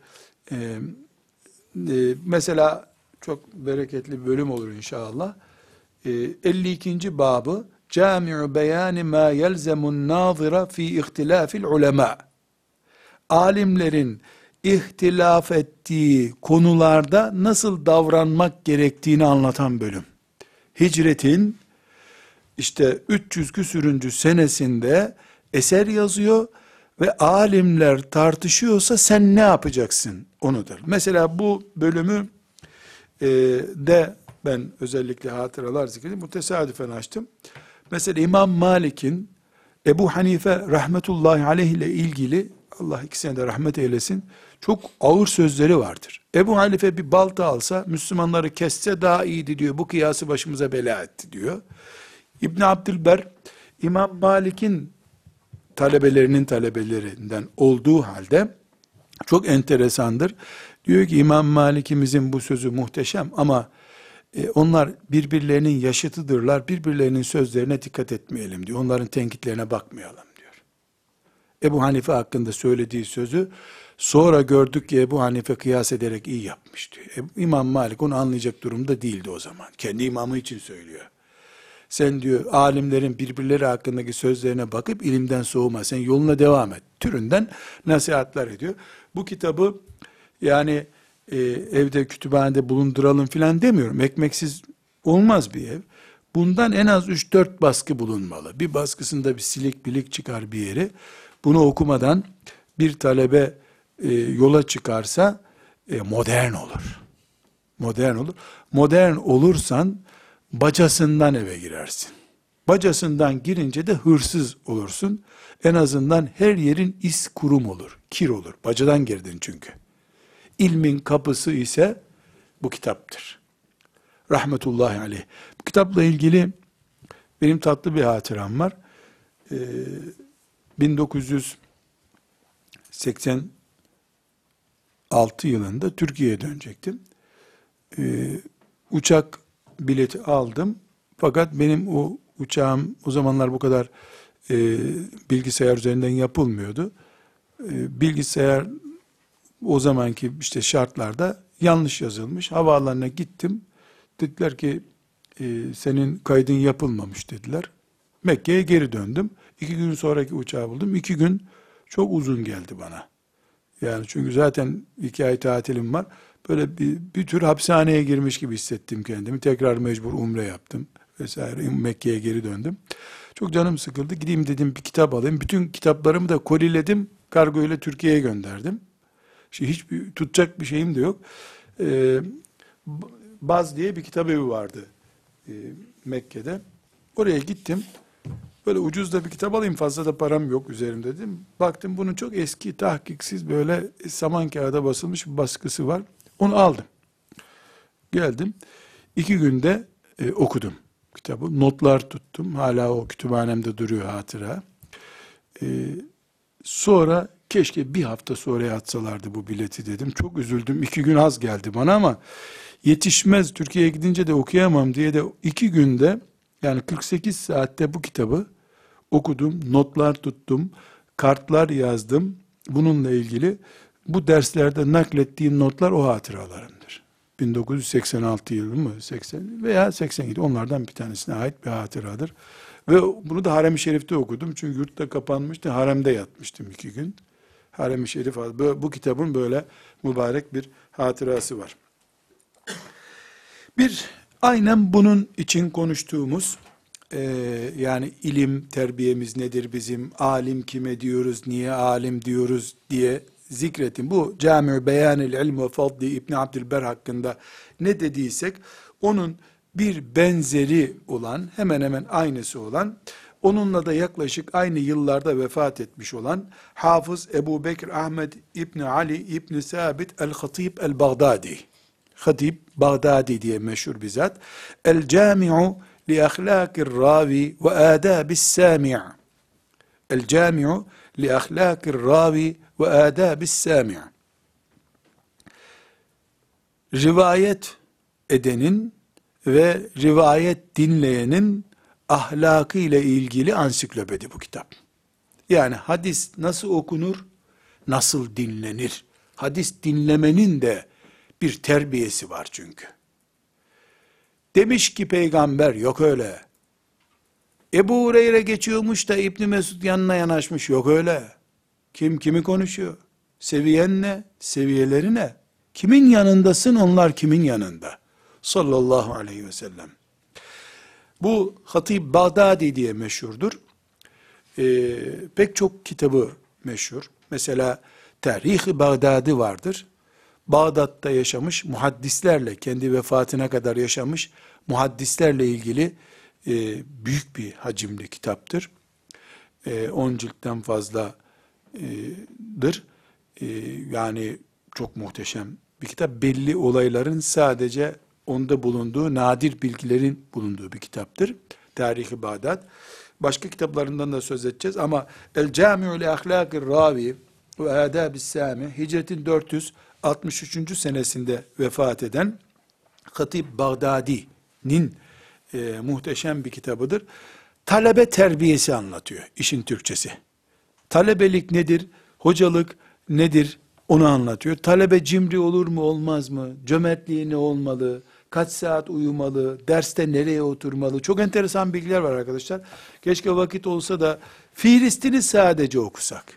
A: Mesela çok bereketli bir bölüm olur inşallah. 52. babı Cami'u beyani ma yelzemun nazira fi ihtilafil ulema. Alimlerin ihtilaf ettiği konularda nasıl davranmak gerektiğini anlatan bölüm. Hicretin işte 300 küsürüncü senesinde eser yazıyor ve alimler tartışıyorsa sen ne yapacaksın onudur. Mesela bu bölümü de ben özellikle hatıralar zikredeyim. Bu tesadüfen açtım. Mesela İmam Malik'in Ebu Hanife rahmetullahi aleyh ile ilgili, Allah ikisine de rahmet eylesin, çok ağır sözleri vardır. Ebu Hanife bir balta alsa, Müslümanları kesse daha iyiydi diyor. Bu kıyası başımıza bela etti diyor. İbn Abdülber, İmam Malik'in talebelerinin talebelerinden olduğu halde çok enteresandır. Diyor ki İmam Malik'imizin bu sözü muhteşem ama onlar birbirlerinin yaşıtıdırlar. Birbirlerinin sözlerine dikkat etmeyelim diyor. Onların tenkitlerine bakmayalım diyor. Ebu Hanife hakkında söylediği sözü sonra gördük ki Ebu Hanife kıyas ederek iyi yapmış diyor. İmam Malik onu anlayacak durumda değildi o zaman. Kendi imamı için söylüyor. Sen diyor alimlerin birbirleri hakkındaki sözlerine bakıp ilimden soğuma. Sen yoluna devam et. Türünden nasihatler ediyor. Bu kitabı yani evde kütüphanede bulunduralım filan demiyorum. Ekmeksiz olmaz bir ev. Bundan en az 3-4 baskı bulunmalı. Bir baskısında bir silik bilik çıkar bir yeri. Bunu okumadan bir talebe yola çıkarsa modern olur. Modern olur. Modern olursan bacasından eve girersin. Bacasından girince de hırsız olursun. En azından her yerin is kurum olur, kir olur. Bacadan girdin çünkü. İlmin kapısı ise bu kitaptır. Rahmetullahi aleyh. Bu kitapla ilgili benim tatlı bir hatıram var. 1986 yılında Türkiye'ye dönecektim. Uçak bileti aldım. Fakat benim o uçağım o zamanlar bu kadar bilgisayar üzerinden yapılmıyordu. Bilgisayar o zamanki işte şartlarda yanlış yazılmış. Havaalanına gittim. Dediler ki senin kaydın yapılmamış dediler. Mekke'ye geri döndüm. 2 gün sonraki uçağı buldum. 2 gün çok uzun geldi bana. Yani çünkü zaten 2 ay tatilim var. Böyle bir tür hapishaneye girmiş gibi hissettim kendimi. Tekrar mecbur umre yaptım vesaire. Mekke'ye geri döndüm. Çok canım sıkıldı. Gideyim dedim bir kitap alayım. Bütün kitaplarımı da koliledim. Kargo ile Türkiye'ye gönderdim. Hiçbir tutacak bir şeyim de yok. Baz diye bir kitabevi vardı Mekke'de. Oraya gittim. Böyle ucuz da bir kitap alayım, fazla da param yok üzerimde dedim. Baktım bunun çok eski, tahkiksiz böyle saman kağıda basılmış bir baskısı var. Onu aldım. Geldim. 2 günde okudum kitabı. Notlar tuttum. Hala o kütüphanemde duruyor hatıra. Sonra keşke bir hafta sonraya atsalardı bu bileti dedim. Çok üzüldüm. 2 gün az geldi bana ama yetişmez. Türkiye'ye gidince de okuyamam diye de 2 günde yani 48 saatte bu kitabı okudum. Notlar tuttum. Kartlar yazdım. Bununla ilgili bu derslerde naklettiğim notlar o hatıralarımdır. 1986 yılı mı? 80 veya 87 onlardan bir tanesine ait bir hatıradır. Ve bunu da Harem-i Şerif'te okudum. Çünkü yurtta kapanmıştı. Haremde yatmıştım 2 gün. Harem-i Şerif, bu kitabın böyle mübarek bir hatırası var. Bir aynen bunun için konuştuğumuz yani ilim terbiyemiz nedir bizim, alim kime diyoruz, niye alim diyoruz diye zikrettim. Bu Cami-ü Beyanil İlm ve Fadli İbn Abdülber hakkında ne dediysek, onun bir benzeri olan, hemen hemen aynısı olan, onunla da yaklaşık aynı yıllarda vefat etmiş olan Hafız Ebu Bekir Ahmed İbni Ali İbni Sabit el-Hatib el-Baghdadi. Hatib Baghdadi diye meşhur bir zat. El-Cami'u li ahlakir ravi ve adabis sami'. El-Cami'u li ahlakir ravi ve adabis sami'. Rivayet edenin ve rivayet dinleyenin ahlakı ile ilgili ansiklopedi bu kitap. Yani hadis nasıl okunur, nasıl dinlenir? Hadis dinlemenin de bir terbiyesi var çünkü. Demiş ki peygamber, yok öyle. Ebu Hureyre geçiyormuş da İbn Mesud yanına yanaşmış, yok öyle. Kim kimi konuşuyor? Seviyen ne? Seviyeleri ne? Kimin yanındasın, onlar kimin yanında? Sallallahu aleyhi ve sellem. Bu Hatib Bağdadi diye meşhurdur. Pek çok kitabı meşhur. Mesela Tarih-i Bağdadi vardır. Bağdat'ta yaşamış muhaddislerle, kendi vefatına kadar yaşamış muhaddislerle ilgili büyük bir hacimli kitaptır. 10 ciltten fazladır. Yani çok muhteşem bir kitap. Belli olayların sadece onda bulunduğu, nadir bilgilerin bulunduğu bir kitaptır. Tarih-i Bağdat. Başka kitaplarından da söz edeceğiz ama El Cami'u li Ahlakir Ravi ve Adabis Sami, hicretin 463. senesinde vefat eden Hatib Bağdadi'nin muhteşem bir kitabıdır. Talebe terbiyesi anlatıyor, işin Türkçesi. Talebelik nedir? Hocalık nedir? Onu anlatıyor. Talebe cimri olur mu, olmaz mı? Cömertliği ne olmalı? Kaç saat uyumalı? Derste nereye oturmalı? Çok enteresan bilgiler var arkadaşlar. Keşke vakit olsa da Fihristini sadece okusak.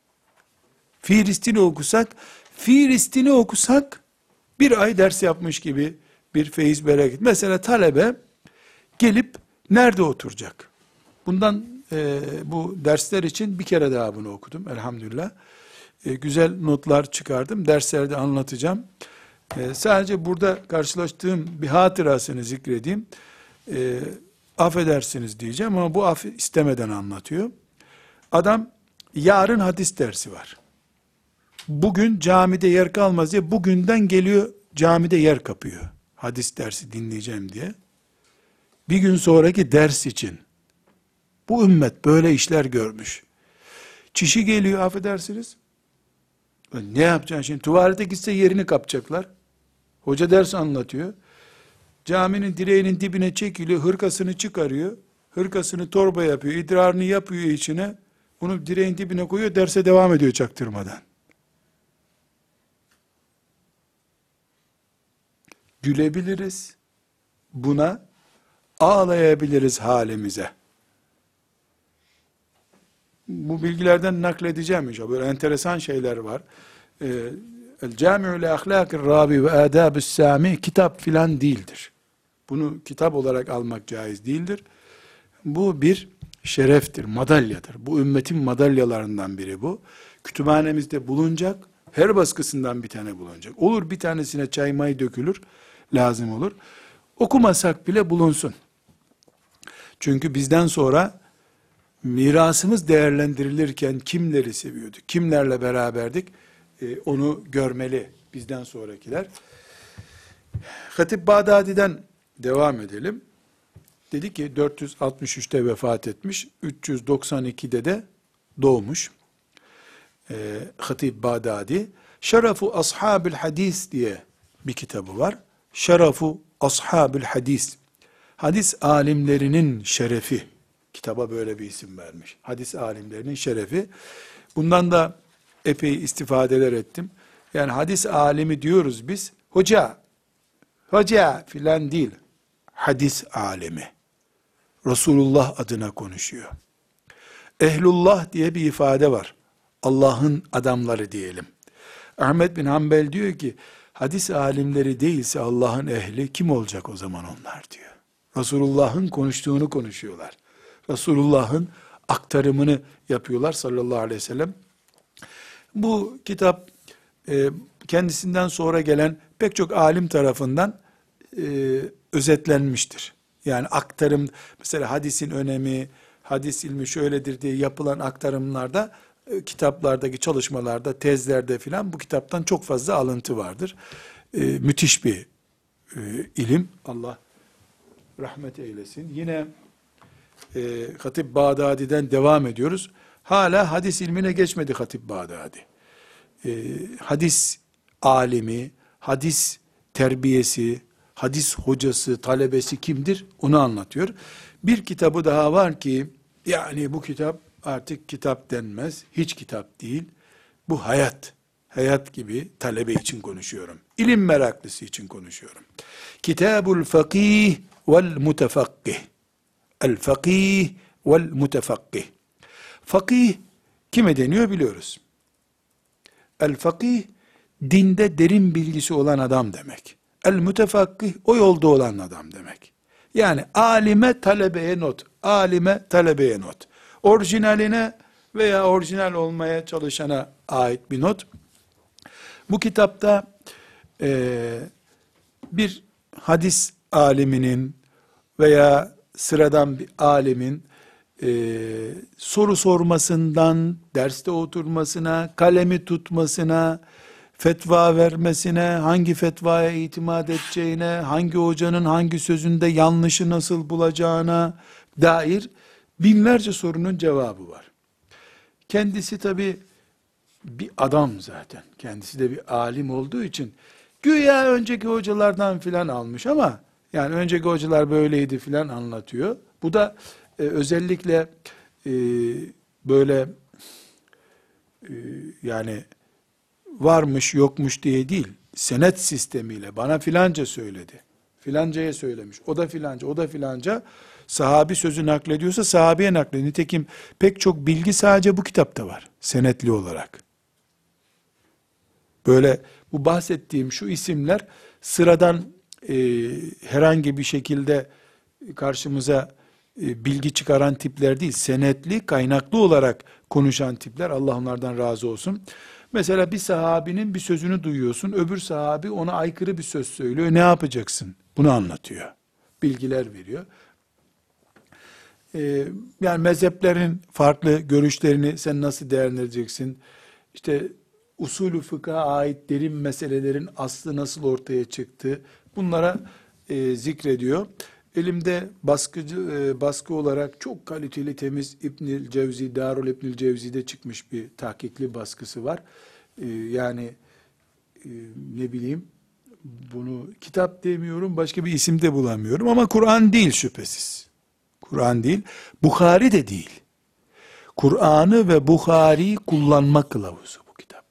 A: Fihristini okusak bir ay ders yapmış gibi bir feyiz bereket. Mesela talebe gelip nerede oturacak? Bundan bu dersler için bir kere daha bunu okudum elhamdülillah. Güzel notlar çıkardım. Derslerde anlatacağım. Sadece burada karşılaştığım bir hatırasını zikredeyim. Affedersiniz diyeceğim ama bu af istemeden anlatıyor. Adam yarın hadis dersi var. Bugün camide yer kalmaz diye bugünden geliyor camide yer kapıyor. Hadis dersi dinleyeceğim diye. Bir gün sonraki ders için. Bu ümmet böyle işler görmüş. Çişi geliyor, affedersiniz. Ne yapacaksın şimdi? Tuvalete gitse yerini kapacaklar. Hoca ders anlatıyor. Caminin direğinin dibine çekiliyor, hırkasını çıkarıyor. Hırkasını torba yapıyor, idrarını yapıyor içine. Bunu direğin dibine koyuyor, derse devam ediyor çaktırmadan. Gülebiliriz buna, ağlayabiliriz halimize. Bu bilgilerden nakledeceğim inşallah. Böyle enteresan şeyler var. El Cami'u li Ahlakir Ravi ve Adabis Sami kitap filan değildir. Bunu kitap olarak almak caiz değildir. Bu bir şereftir, madalyadır. Bu ümmetin madalyalarından biri bu. Kütüphanemizde bulunacak, her baskısından bir tane bulunacak. Olur bir tanesine çay may dökülür, lazım olur. Okumasak bile bulunsun. Çünkü bizden sonra mirasımız değerlendirilirken kimleri seviyorduk, kimlerle beraberdik, onu görmeli bizden sonrakiler. Hatib Bağdadi'den devam edelim. Dedi ki 463'te vefat etmiş, 392'de de doğmuş. Hatib Bağdadi. Şerefu Ashabil Hadis diye bir kitabı var. Şerefu Ashabil Hadis. Hadis alimlerinin şerefi. Kitaba böyle bir isim vermiş. Hadis alimlerinin şerefi. Bundan da epey istifadeler ettim. Yani hadis alimi diyoruz biz. Hoca filan değil. Hadis alimi. Resulullah adına konuşuyor. Ehlullah diye bir ifade var. Allah'ın adamları diyelim. Ahmet bin Hanbel diyor ki, hadis alimleri değilse Allah'ın ehli kim olacak o zaman onlar diyor. Resulullah'ın konuştuğunu konuşuyorlar. Resulullah'ın aktarımını yapıyorlar sallallahu aleyhi ve sellem. Bu kitap kendisinden sonra gelen pek çok alim tarafından özetlenmiştir. Yani aktarım, mesela hadisin önemi, hadis ilmi şöyledir diye yapılan aktarımlarda, kitaplardaki çalışmalarda, tezlerde filan bu kitaptan çok fazla alıntı vardır. Müthiş bir ilim. Allah rahmet eylesin. Yine Hatip Bağdadi'den devam ediyoruz. Hala hadis ilmine geçmedi Hatip Bağdadi. Hadis alimi, hadis terbiyesi, hadis hocası, talebesi kimdir? Onu anlatıyor. Bir kitabı daha var ki, yani bu kitap artık kitap denmez, hiç kitap değil. Bu hayat. Hayat gibi talebe için konuşuyorum. İlim meraklısı için konuşuyorum. Kitabul Fakih vel Mutefakkih. El Fakih vel Mutefakkih. Fakih kime deniyor biliyoruz. El Fakih, dinde derin bilgisi olan adam demek. El Mutefakkih, o yolda olan adam demek. Yani alime talebeye not, alime talebeye not. Orijinaline veya orijinal olmaya çalışana ait bir not. Bu kitapta bir hadis aliminin veya sıradan bir alimin soru sormasından, derste oturmasına, kalemi tutmasına, fetva vermesine, hangi fetvaya itimat edeceğine, hangi hocanın hangi sözünde yanlışı nasıl bulacağına dair binlerce sorunun cevabı var. Kendisi tabi bir adam zaten. Kendisi de bir alim olduğu için güya önceki hocalardan filan almış ama yani önceki hocalar böyleydi filan anlatıyor. Bu da özellikle böyle yani varmış yokmuş diye değil, senet sistemiyle bana filanca söyledi, filancaya söylemiş, o da filanca, o da filanca, sahabi sözü naklediyorsa sahabeye naklediyor. Nitekim pek çok bilgi sadece bu kitapta var, senetli olarak. Böyle bu bahsettiğim şu isimler sıradan herhangi bir şekilde karşımıza bilgi çıkaran tipler değil, senetli, kaynaklı olarak konuşan tipler. Allah onlardan razı olsun. Mesela bir sahabinin bir sözünü duyuyorsun, öbür sahabi ona aykırı bir söz söylüyor. Ne yapacaksın? Bunu anlatıyor. Bilgiler veriyor. Yani mezheplerin farklı görüşlerini sen nasıl değerlendireceksin? İşte usulü fıkha ait derin meselelerin aslı nasıl ortaya çıktı? Bunlara zikrediyor. Elimde baskı olarak çok kaliteli, temiz İbnül Cevzi, Darul İbnül Cevzi'de çıkmış bir tahkikli baskısı var. Yani ne bileyim, bunu kitap demiyorum, başka bir isim de bulamıyorum ama Kur'an değil şüphesiz. Kur'an değil, Bukhari de değil. Kur'an'ı ve Bukhari'yi kullanma kılavuzu bu kitap.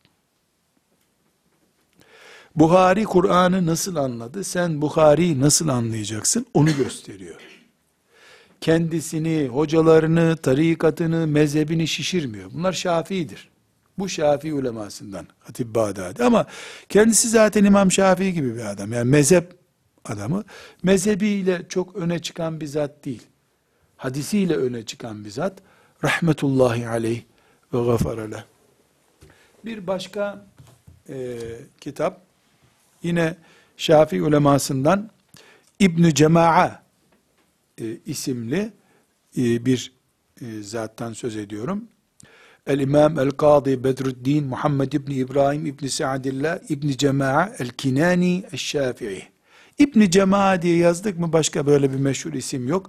A: Bukhari Kur'an'ı nasıl anladı? Sen Bukhari'yi nasıl anlayacaksın? Onu gösteriyor. Kendisini, hocalarını, tarikatını, mezhebini şişirmiyor. Bunlar Şafii'dir. Bu Şafii ulemasından Hatip Bağdadi. Ama kendisi zaten İmam Şafii gibi bir adam. Yani mezhep adamı. Mezhebiyle çok öne çıkan bir zat değil. Hadisiyle öne çıkan bir zat. Rahmetullahi aleyh ve gafara. Bir başka kitap yine Şafii ulemasından İbn-i Cema'a isimli bir zattan söz ediyorum. El-İmam El-Kâdi Bedruddin Muhammed İbni İbrahim İbni Sa'dillah İbni Cema'a El-Kinani El-Şafii. İbni Cema'a diye yazdık mı başka böyle bir meşhur isim yok.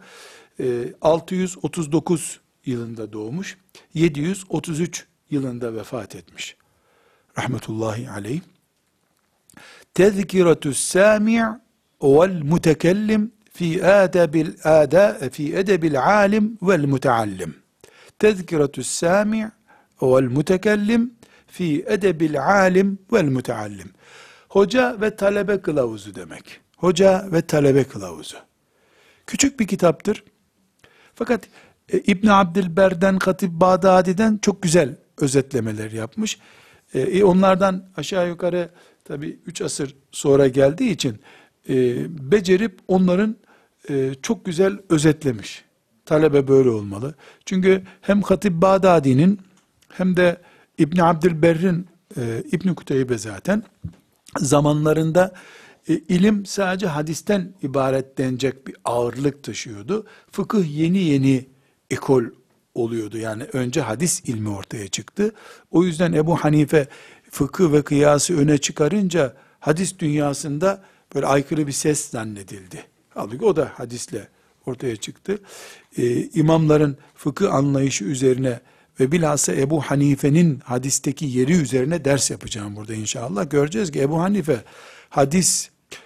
A: 639 yılında doğmuş, 733 yılında vefat etmiş. Rahmetullahi aleyh. Tezkiratü's sâmi' vel mutekellim fi edebil alim vel muteallim. Tezkiratü's sâmi' vel mutekellim fi edebil alim vel muteallim. Hoca ve talebe kılavuzu demek. Hoca ve talebe kılavuzu. Küçük bir kitaptır. Fakat İbn Abdülber'den, Hatip Bağdadi'den çok güzel özetlemeler yapmış. Onlardan aşağı yukarı tabi 3 asır sonra geldiği için becerip onların çok güzel özetlemiş. Talebe böyle olmalı. Çünkü hem Hatib Bağdadi'nin hem de İbn Abdülberr'in, İbn Kuteybe zaten zamanlarında ilim sadece hadisten ibaret denecek bir ağırlık taşıyordu. Fıkıh yeni yeni ekol oluyordu. Yani önce hadis ilmi ortaya çıktı. O yüzden Ebu Hanife fıkıh ve kıyası öne çıkarınca hadis dünyasında böyle aykırı bir ses zannedildi. Halbuki o da hadisle ortaya çıktı. İmamların fıkıh anlayışı üzerine ve bilhassa Ebu Hanife'nin hadisteki yeri üzerine ders yapacağım burada inşallah. Göreceğiz ki Ebu Hanife hadis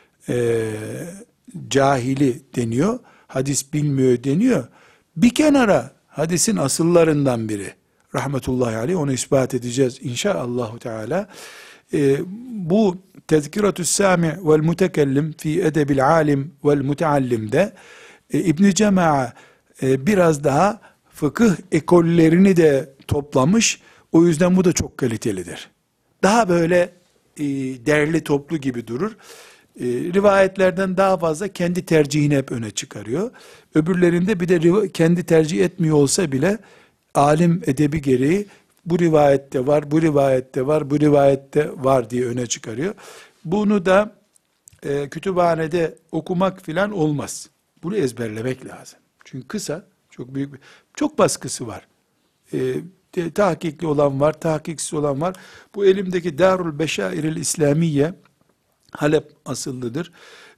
A: cahili deniyor, hadis bilmiyor deniyor. Bir kenara hadisin asıllarından biri. Rahmetullahi aleyh, onu ispat edeceğiz inşallah Teala. Bu Tezkiratü's Sami vel Mutekellim fi Edebil Alim vel Muteallim'de İbn Cema'a biraz daha fıkıh ekollerini de toplamış. O yüzden bu da çok kalitelidir. Daha böyle derli toplu gibi durur. Rivayetlerden daha fazla kendi tercihini hep öne çıkarıyor. Öbürlerinde bir de kendi tercih etmiyor olsa bile alim edebi gereği bu rivayette var, bu rivayette var, bu rivayette var diye öne çıkarıyor. Bunu da kütüphanede okumak filan olmaz. Bunu ezberlemek lazım. Çünkü kısa, çok büyük bir, çok baskısı var. Tahkikli olan var, tahkiksiz olan var. Bu elimdeki Darul Beşairil İslamiye, Halep asıllıdır.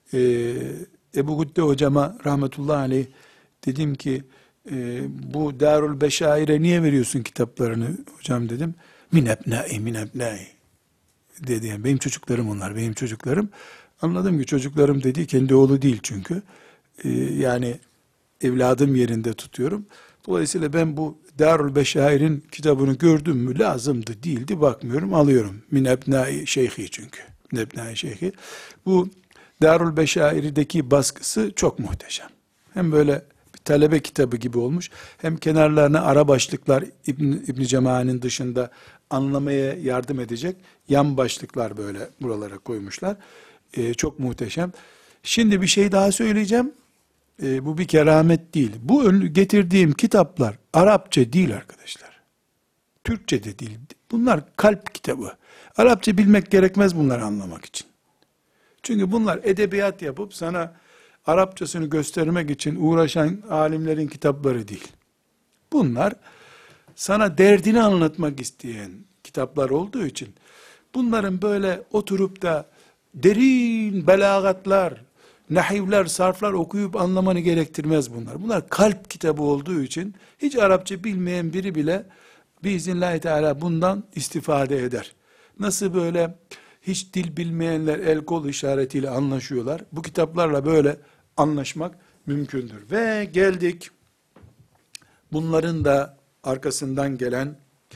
A: Ebu Hütte hocama rahmetullahi aleyh dedim ki bu Darul Beşair'e niye veriyorsun kitaplarını hocam dedim. Min ebnai dedi. Yani benim çocuklarım onlar, benim çocuklarım. Anladım ki çocuklarım dediği kendi oğlu değil çünkü. Yani evladım yerinde tutuyorum. Dolayısıyla ben bu Darul Beşair'in kitabını gördüm mü lazımdı değildi bakmıyorum alıyorum. Min ebnai şeyhi çünkü. Min ebnai şeyhi. Bu Darul Beşair'deki baskısı çok muhteşem. Hem böyle bir talebe kitabı gibi olmuş. Hem kenarlarına ara başlıklar İbn Cema'nın dışında anlamaya yardım edecek yan başlıklar böyle buralara koymuşlar. Çok muhteşem. Şimdi bir şey daha söyleyeceğim. Bu bir keramet değil. Bu getirdiğim kitaplar Arapça değil arkadaşlar. Türkçe de değil. Bunlar kalp kitabı. Arapça bilmek gerekmez bunları anlamak için. Çünkü bunlar edebiyat yapıp sana Arapçasını göstermek için uğraşan alimlerin kitapları değil. Bunlar sana derdini anlatmak isteyen kitaplar olduğu için bunların böyle oturup da derin belagatlar, nahivler, sarflar okuyup anlamanı gerektirmez bunlar. Bunlar kalp kitabı olduğu için hiç Arapça bilmeyen biri bile biiznillahü teala bundan istifade eder. Nasıl böyle hiç dil bilmeyenler el kol işaretiyle anlaşıyorlar. Bu kitaplarla böyle anlaşmak mümkündür. Ve geldik bunların da arkasından gelen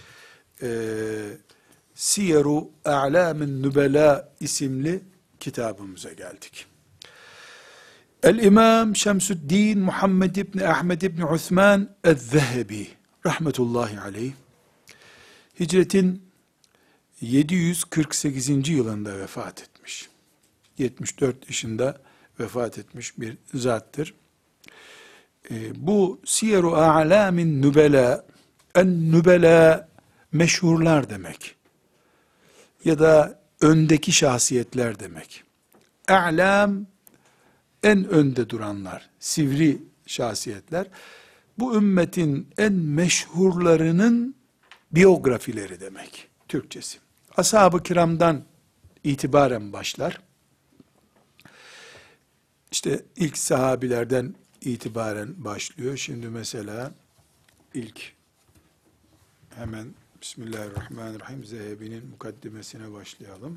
A: Siyeru A'lamin Nübela isimli kitabımıza geldik. El-İmam Şemsüddin Muhammed İbni Ahmed İbni Osman El-Zehebi rahmetullahi aleyh hicretin 748. yılında vefat etmiş. 74 yaşında vefat etmiş bir zattır. Bu Siyer-u A'lamin Nübela, en-nübela meşhurlar demek. Ya da öndeki şahsiyetler demek. A'lam en önde duranlar, sivri şahsiyetler. Bu ümmetin en meşhurlarının biyografileri demek. Türkçesi. Ashab-ı kiramdan itibaren başlar. İşte ilk sahabilerden itibaren başlıyor. Şimdi mesela ilk hemen Bismillahirrahmanirrahim Zehebi'nin mukaddimesine başlayalım.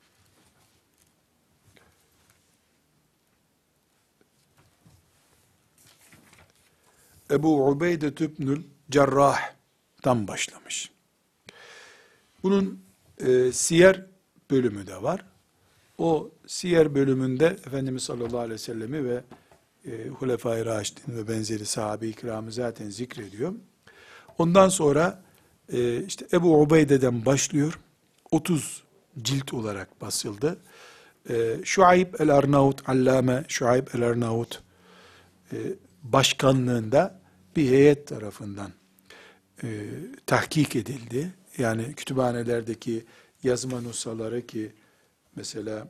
A: Ebu Ubeyde tübnül Cerrah'tan başlamış. Bunun siyer bölümü de var. O siyer bölümünde Efendimiz sallallahu aleyhi ve sellemi ve Hulefai Raşidin ve benzeri sahabe-i kiramı zaten zikrediyor. Ondan sonra işte Ebu Ubeyde'den başlıyor. 30 cilt olarak basıldı. Şuayb el-Arnavut, Allame Şuayb el-Arnavut başkanlığında bir heyet tarafından tahkik edildi. Yani kütüphanelerdeki yazma nushaları, ki mesela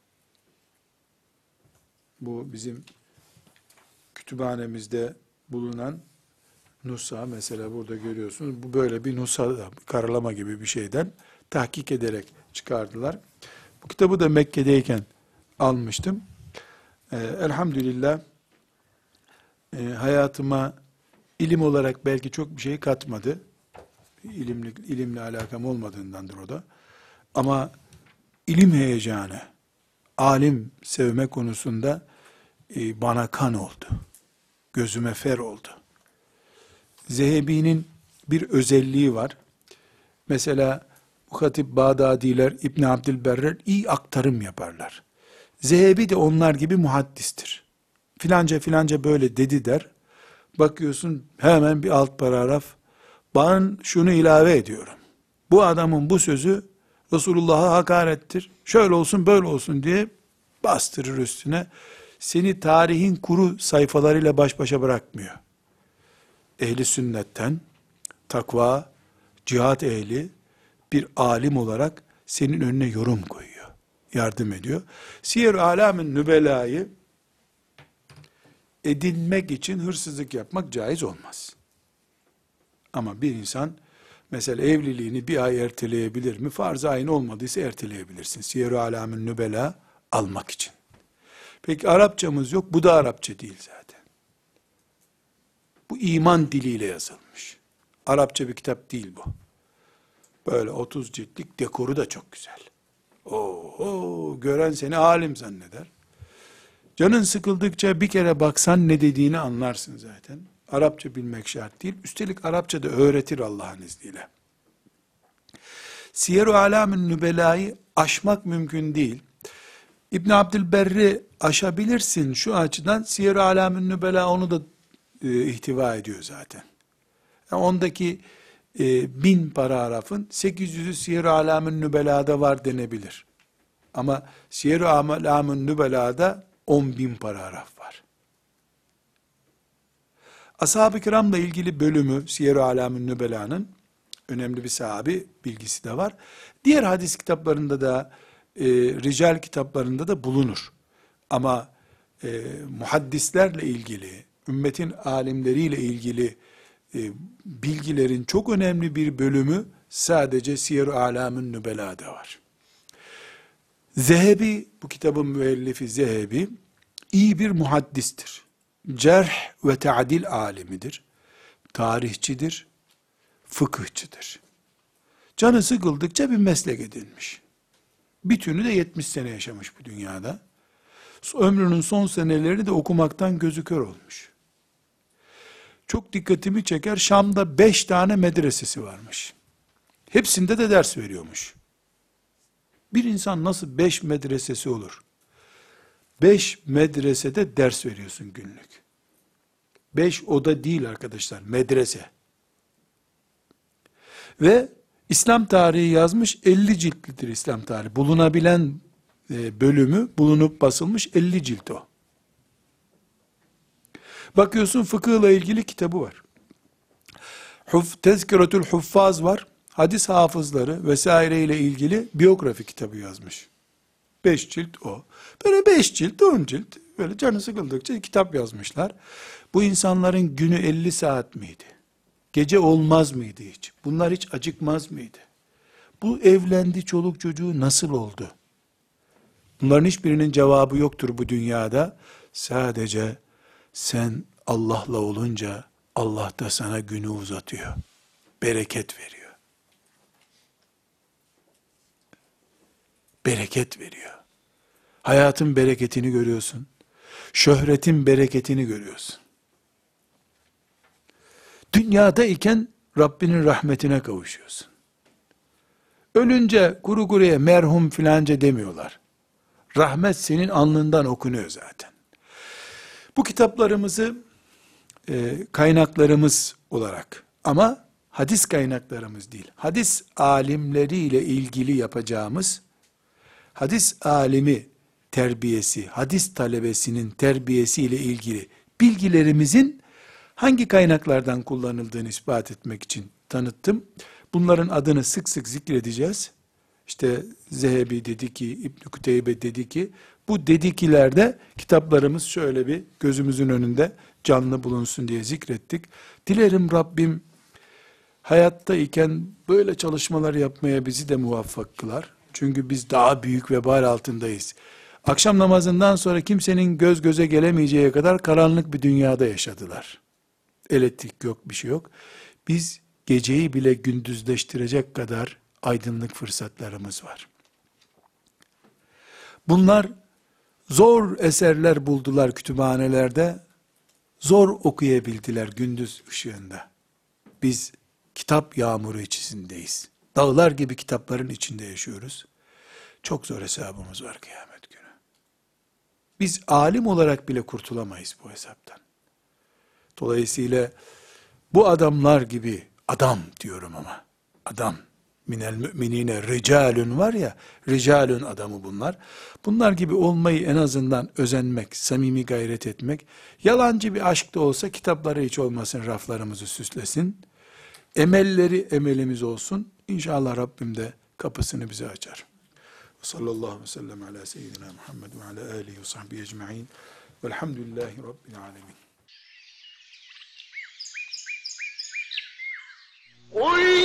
A: bu bizim kütüphanemizde bulunan nusha, mesela burada görüyorsunuz, bu böyle bir nusha, karalama gibi bir şeyden tahkik ederek çıkardılar. Bu kitabı da Mekke'deyken almıştım. Elhamdülillah hayatıma ilim olarak belki çok bir şey katmadı. İlimle alakam olmadığındandır o da. Ama ilim heyecanı, alim sevme konusunda bana kan oldu. Gözüme fer oldu. Zehebi'nin bir özelliği var. Mesela bu Hatip Bağdadiler, İbn Abdülberrer iyi aktarım yaparlar. Zehebi de onlar gibi muhaddistir. Filanca filanca böyle dedi der. Bakıyorsun hemen bir alt paragraf. Ben şunu ilave ediyorum. Bu adamın bu sözü Resulullah'a hakarettir. Şöyle olsun böyle olsun diye bastırır üstüne. Seni tarihin kuru sayfalarıyla baş başa bırakmıyor. Ehli sünnetten, takva, cihat ehli bir alim olarak senin önüne yorum koyuyor. Yardım ediyor. Siyer-i Alam'ın Nübela'yı edinmek için hırsızlık yapmak caiz olmaz. Ama bir insan mesela evliliğini bir ay erteleyebilir mi? Farz-ı ayn olmadıysa erteleyebilirsin. Siyer-i Alam'ın Nübela almak için. Peki Arapçamız yok. Bu da Arapça değil zaten. Bu iman diliyle yazılmış. Arapça bir kitap değil bu. Böyle 30 ciltlik, dekoru da çok güzel. Oho, gören seni alim zanneder. Canın sıkıldıkça bir kere baksan ne dediğini anlarsın zaten. Arapça bilmek şart değil. Üstelik Arapça da öğretir Allah'ın izniyle. Siyer-i Alam'ın Nübela'yı aşmak mümkün değil. İbn Abdülberri aşabilirsin şu açıdan. Siyer-i Alam'ın Nübela onu da ihtiva ediyor zaten. Yani ondaki 1000 paragrafın 800'ü Siyer-i Alam'ın Nübela'da var denebilir. Ama Siyer-i Alam'ın Nübela'da 10.000 paragraf var. Ashab-ı kiramla ilgili bölümü Siyer-i Alam'ın Nübela'nın önemli bir sahabi bilgisi de var. Diğer hadis kitaplarında da rical kitaplarında da bulunur. Ama muhaddislerle ilgili, ümmetin alimleriyle ilgili bilgilerin çok önemli bir bölümü sadece Siyer-i Alam'ın Nübela'da var. Zehebi, bu kitabın müellifi Zehebi, iyi bir muhaddistir. Cerh ve ta'dil alimidir. Tarihçidir, fıkıhçıdır. Canı sıkıldıkça bir meslek edinmiş. Bütünü de 70 sene yaşamış bu dünyada. Ömrünün son senelerini de okumaktan gözü kör olmuş. Çok dikkatimi çeker, Şam'da 5 tane medresesi varmış. Hepsinde de ders veriyormuş. Bir insan nasıl 5 medresesi olur? 5 medresede ders veriyorsun günlük. 5 oda değil arkadaşlar, medrese. Ve İslam tarihi yazmış, 50 ciltlidir İslam tarihi. Bulunabilen bölümü, bulunup basılmış 50 cilt o. Bakıyorsun fıkıhla ilgili kitabı var. Tezkiratül Huffaz var. Hadis hafızları vesaire ile ilgili biyografi kitabı yazmış. 5 cilt o. Böyle 5 cilt, 10 cilt, böyle canı sıkıldıkça kitap yazmışlar. Bu insanların günü 50 saat miydi? Gece olmaz mıydı hiç? Bunlar hiç acıkmaz mıydı? Bu evlendi, çoluk çocuğu nasıl oldu? Bunların hiçbirinin cevabı yoktur bu dünyada. Sadece sen Allah'la olunca Allah da sana günü uzatıyor. Bereket veriyor. Bereket veriyor. Hayatın bereketini görüyorsun. Şöhretin bereketini görüyorsun. Dünyadayken Rabbinin rahmetine kavuşuyorsun. Ölünce kuru kuruya merhum filanca demiyorlar. Rahmet senin alnından okunuyor zaten. Bu kitaplarımızı kaynaklarımız olarak, ama hadis kaynaklarımız değil, hadis alimleriyle ilgili yapacağımız, hadis alimi terbiyesi, hadis talebesinin terbiyesi ile ilgili bilgilerimizin hangi kaynaklardan kullanıldığını ispat etmek için tanıttım. Bunların adını sık sık zikredeceğiz. İşte Zehebi dedi ki, İbn-i Kuteybe dedi ki, bu dedikilerde kitaplarımız şöyle bir gözümüzün önünde canlı bulunsun diye zikrettik. Dilerim Rabbim hayatta iken böyle çalışmalar yapmaya bizi de muvaffak kılar. Çünkü biz daha büyük vebal altındayız. Akşam namazından sonra kimsenin göz göze gelemeyeceği kadar karanlık bir dünyada yaşadılar. Elektrik yok, bir şey yok. Biz geceyi bile gündüzleştirecek kadar aydınlık fırsatlarımız var. Bunlar zor eserler buldular kütüphanelerde, zor okuyabildiler gündüz ışığında. Biz kitap yağmuru içindeyiz. Dağlar gibi kitapların içinde yaşıyoruz. Çok zor hesabımız var kıyamet günü. Biz alim olarak bile kurtulamayız bu hesaptan. Dolayısıyla bu adamlar gibi, adam diyorum ama, adam, minel müminine ricalun var ya, ricalun adamı bunlar. Bunlar gibi olmayı en azından özenmek, samimi gayret etmek, yalancı bir aşk da olsa kitapları hiç olmasın, raflarımızı süslesin. Emelleri emelimiz olsun. İnşallah Rabbim de kapısını bize açar. Sallallahu aleyhi ve sellem ala seyyidina Muhammed ve ala alihi ve sahbihi ecma'in. Velhamdülillahi Rabbil alemin.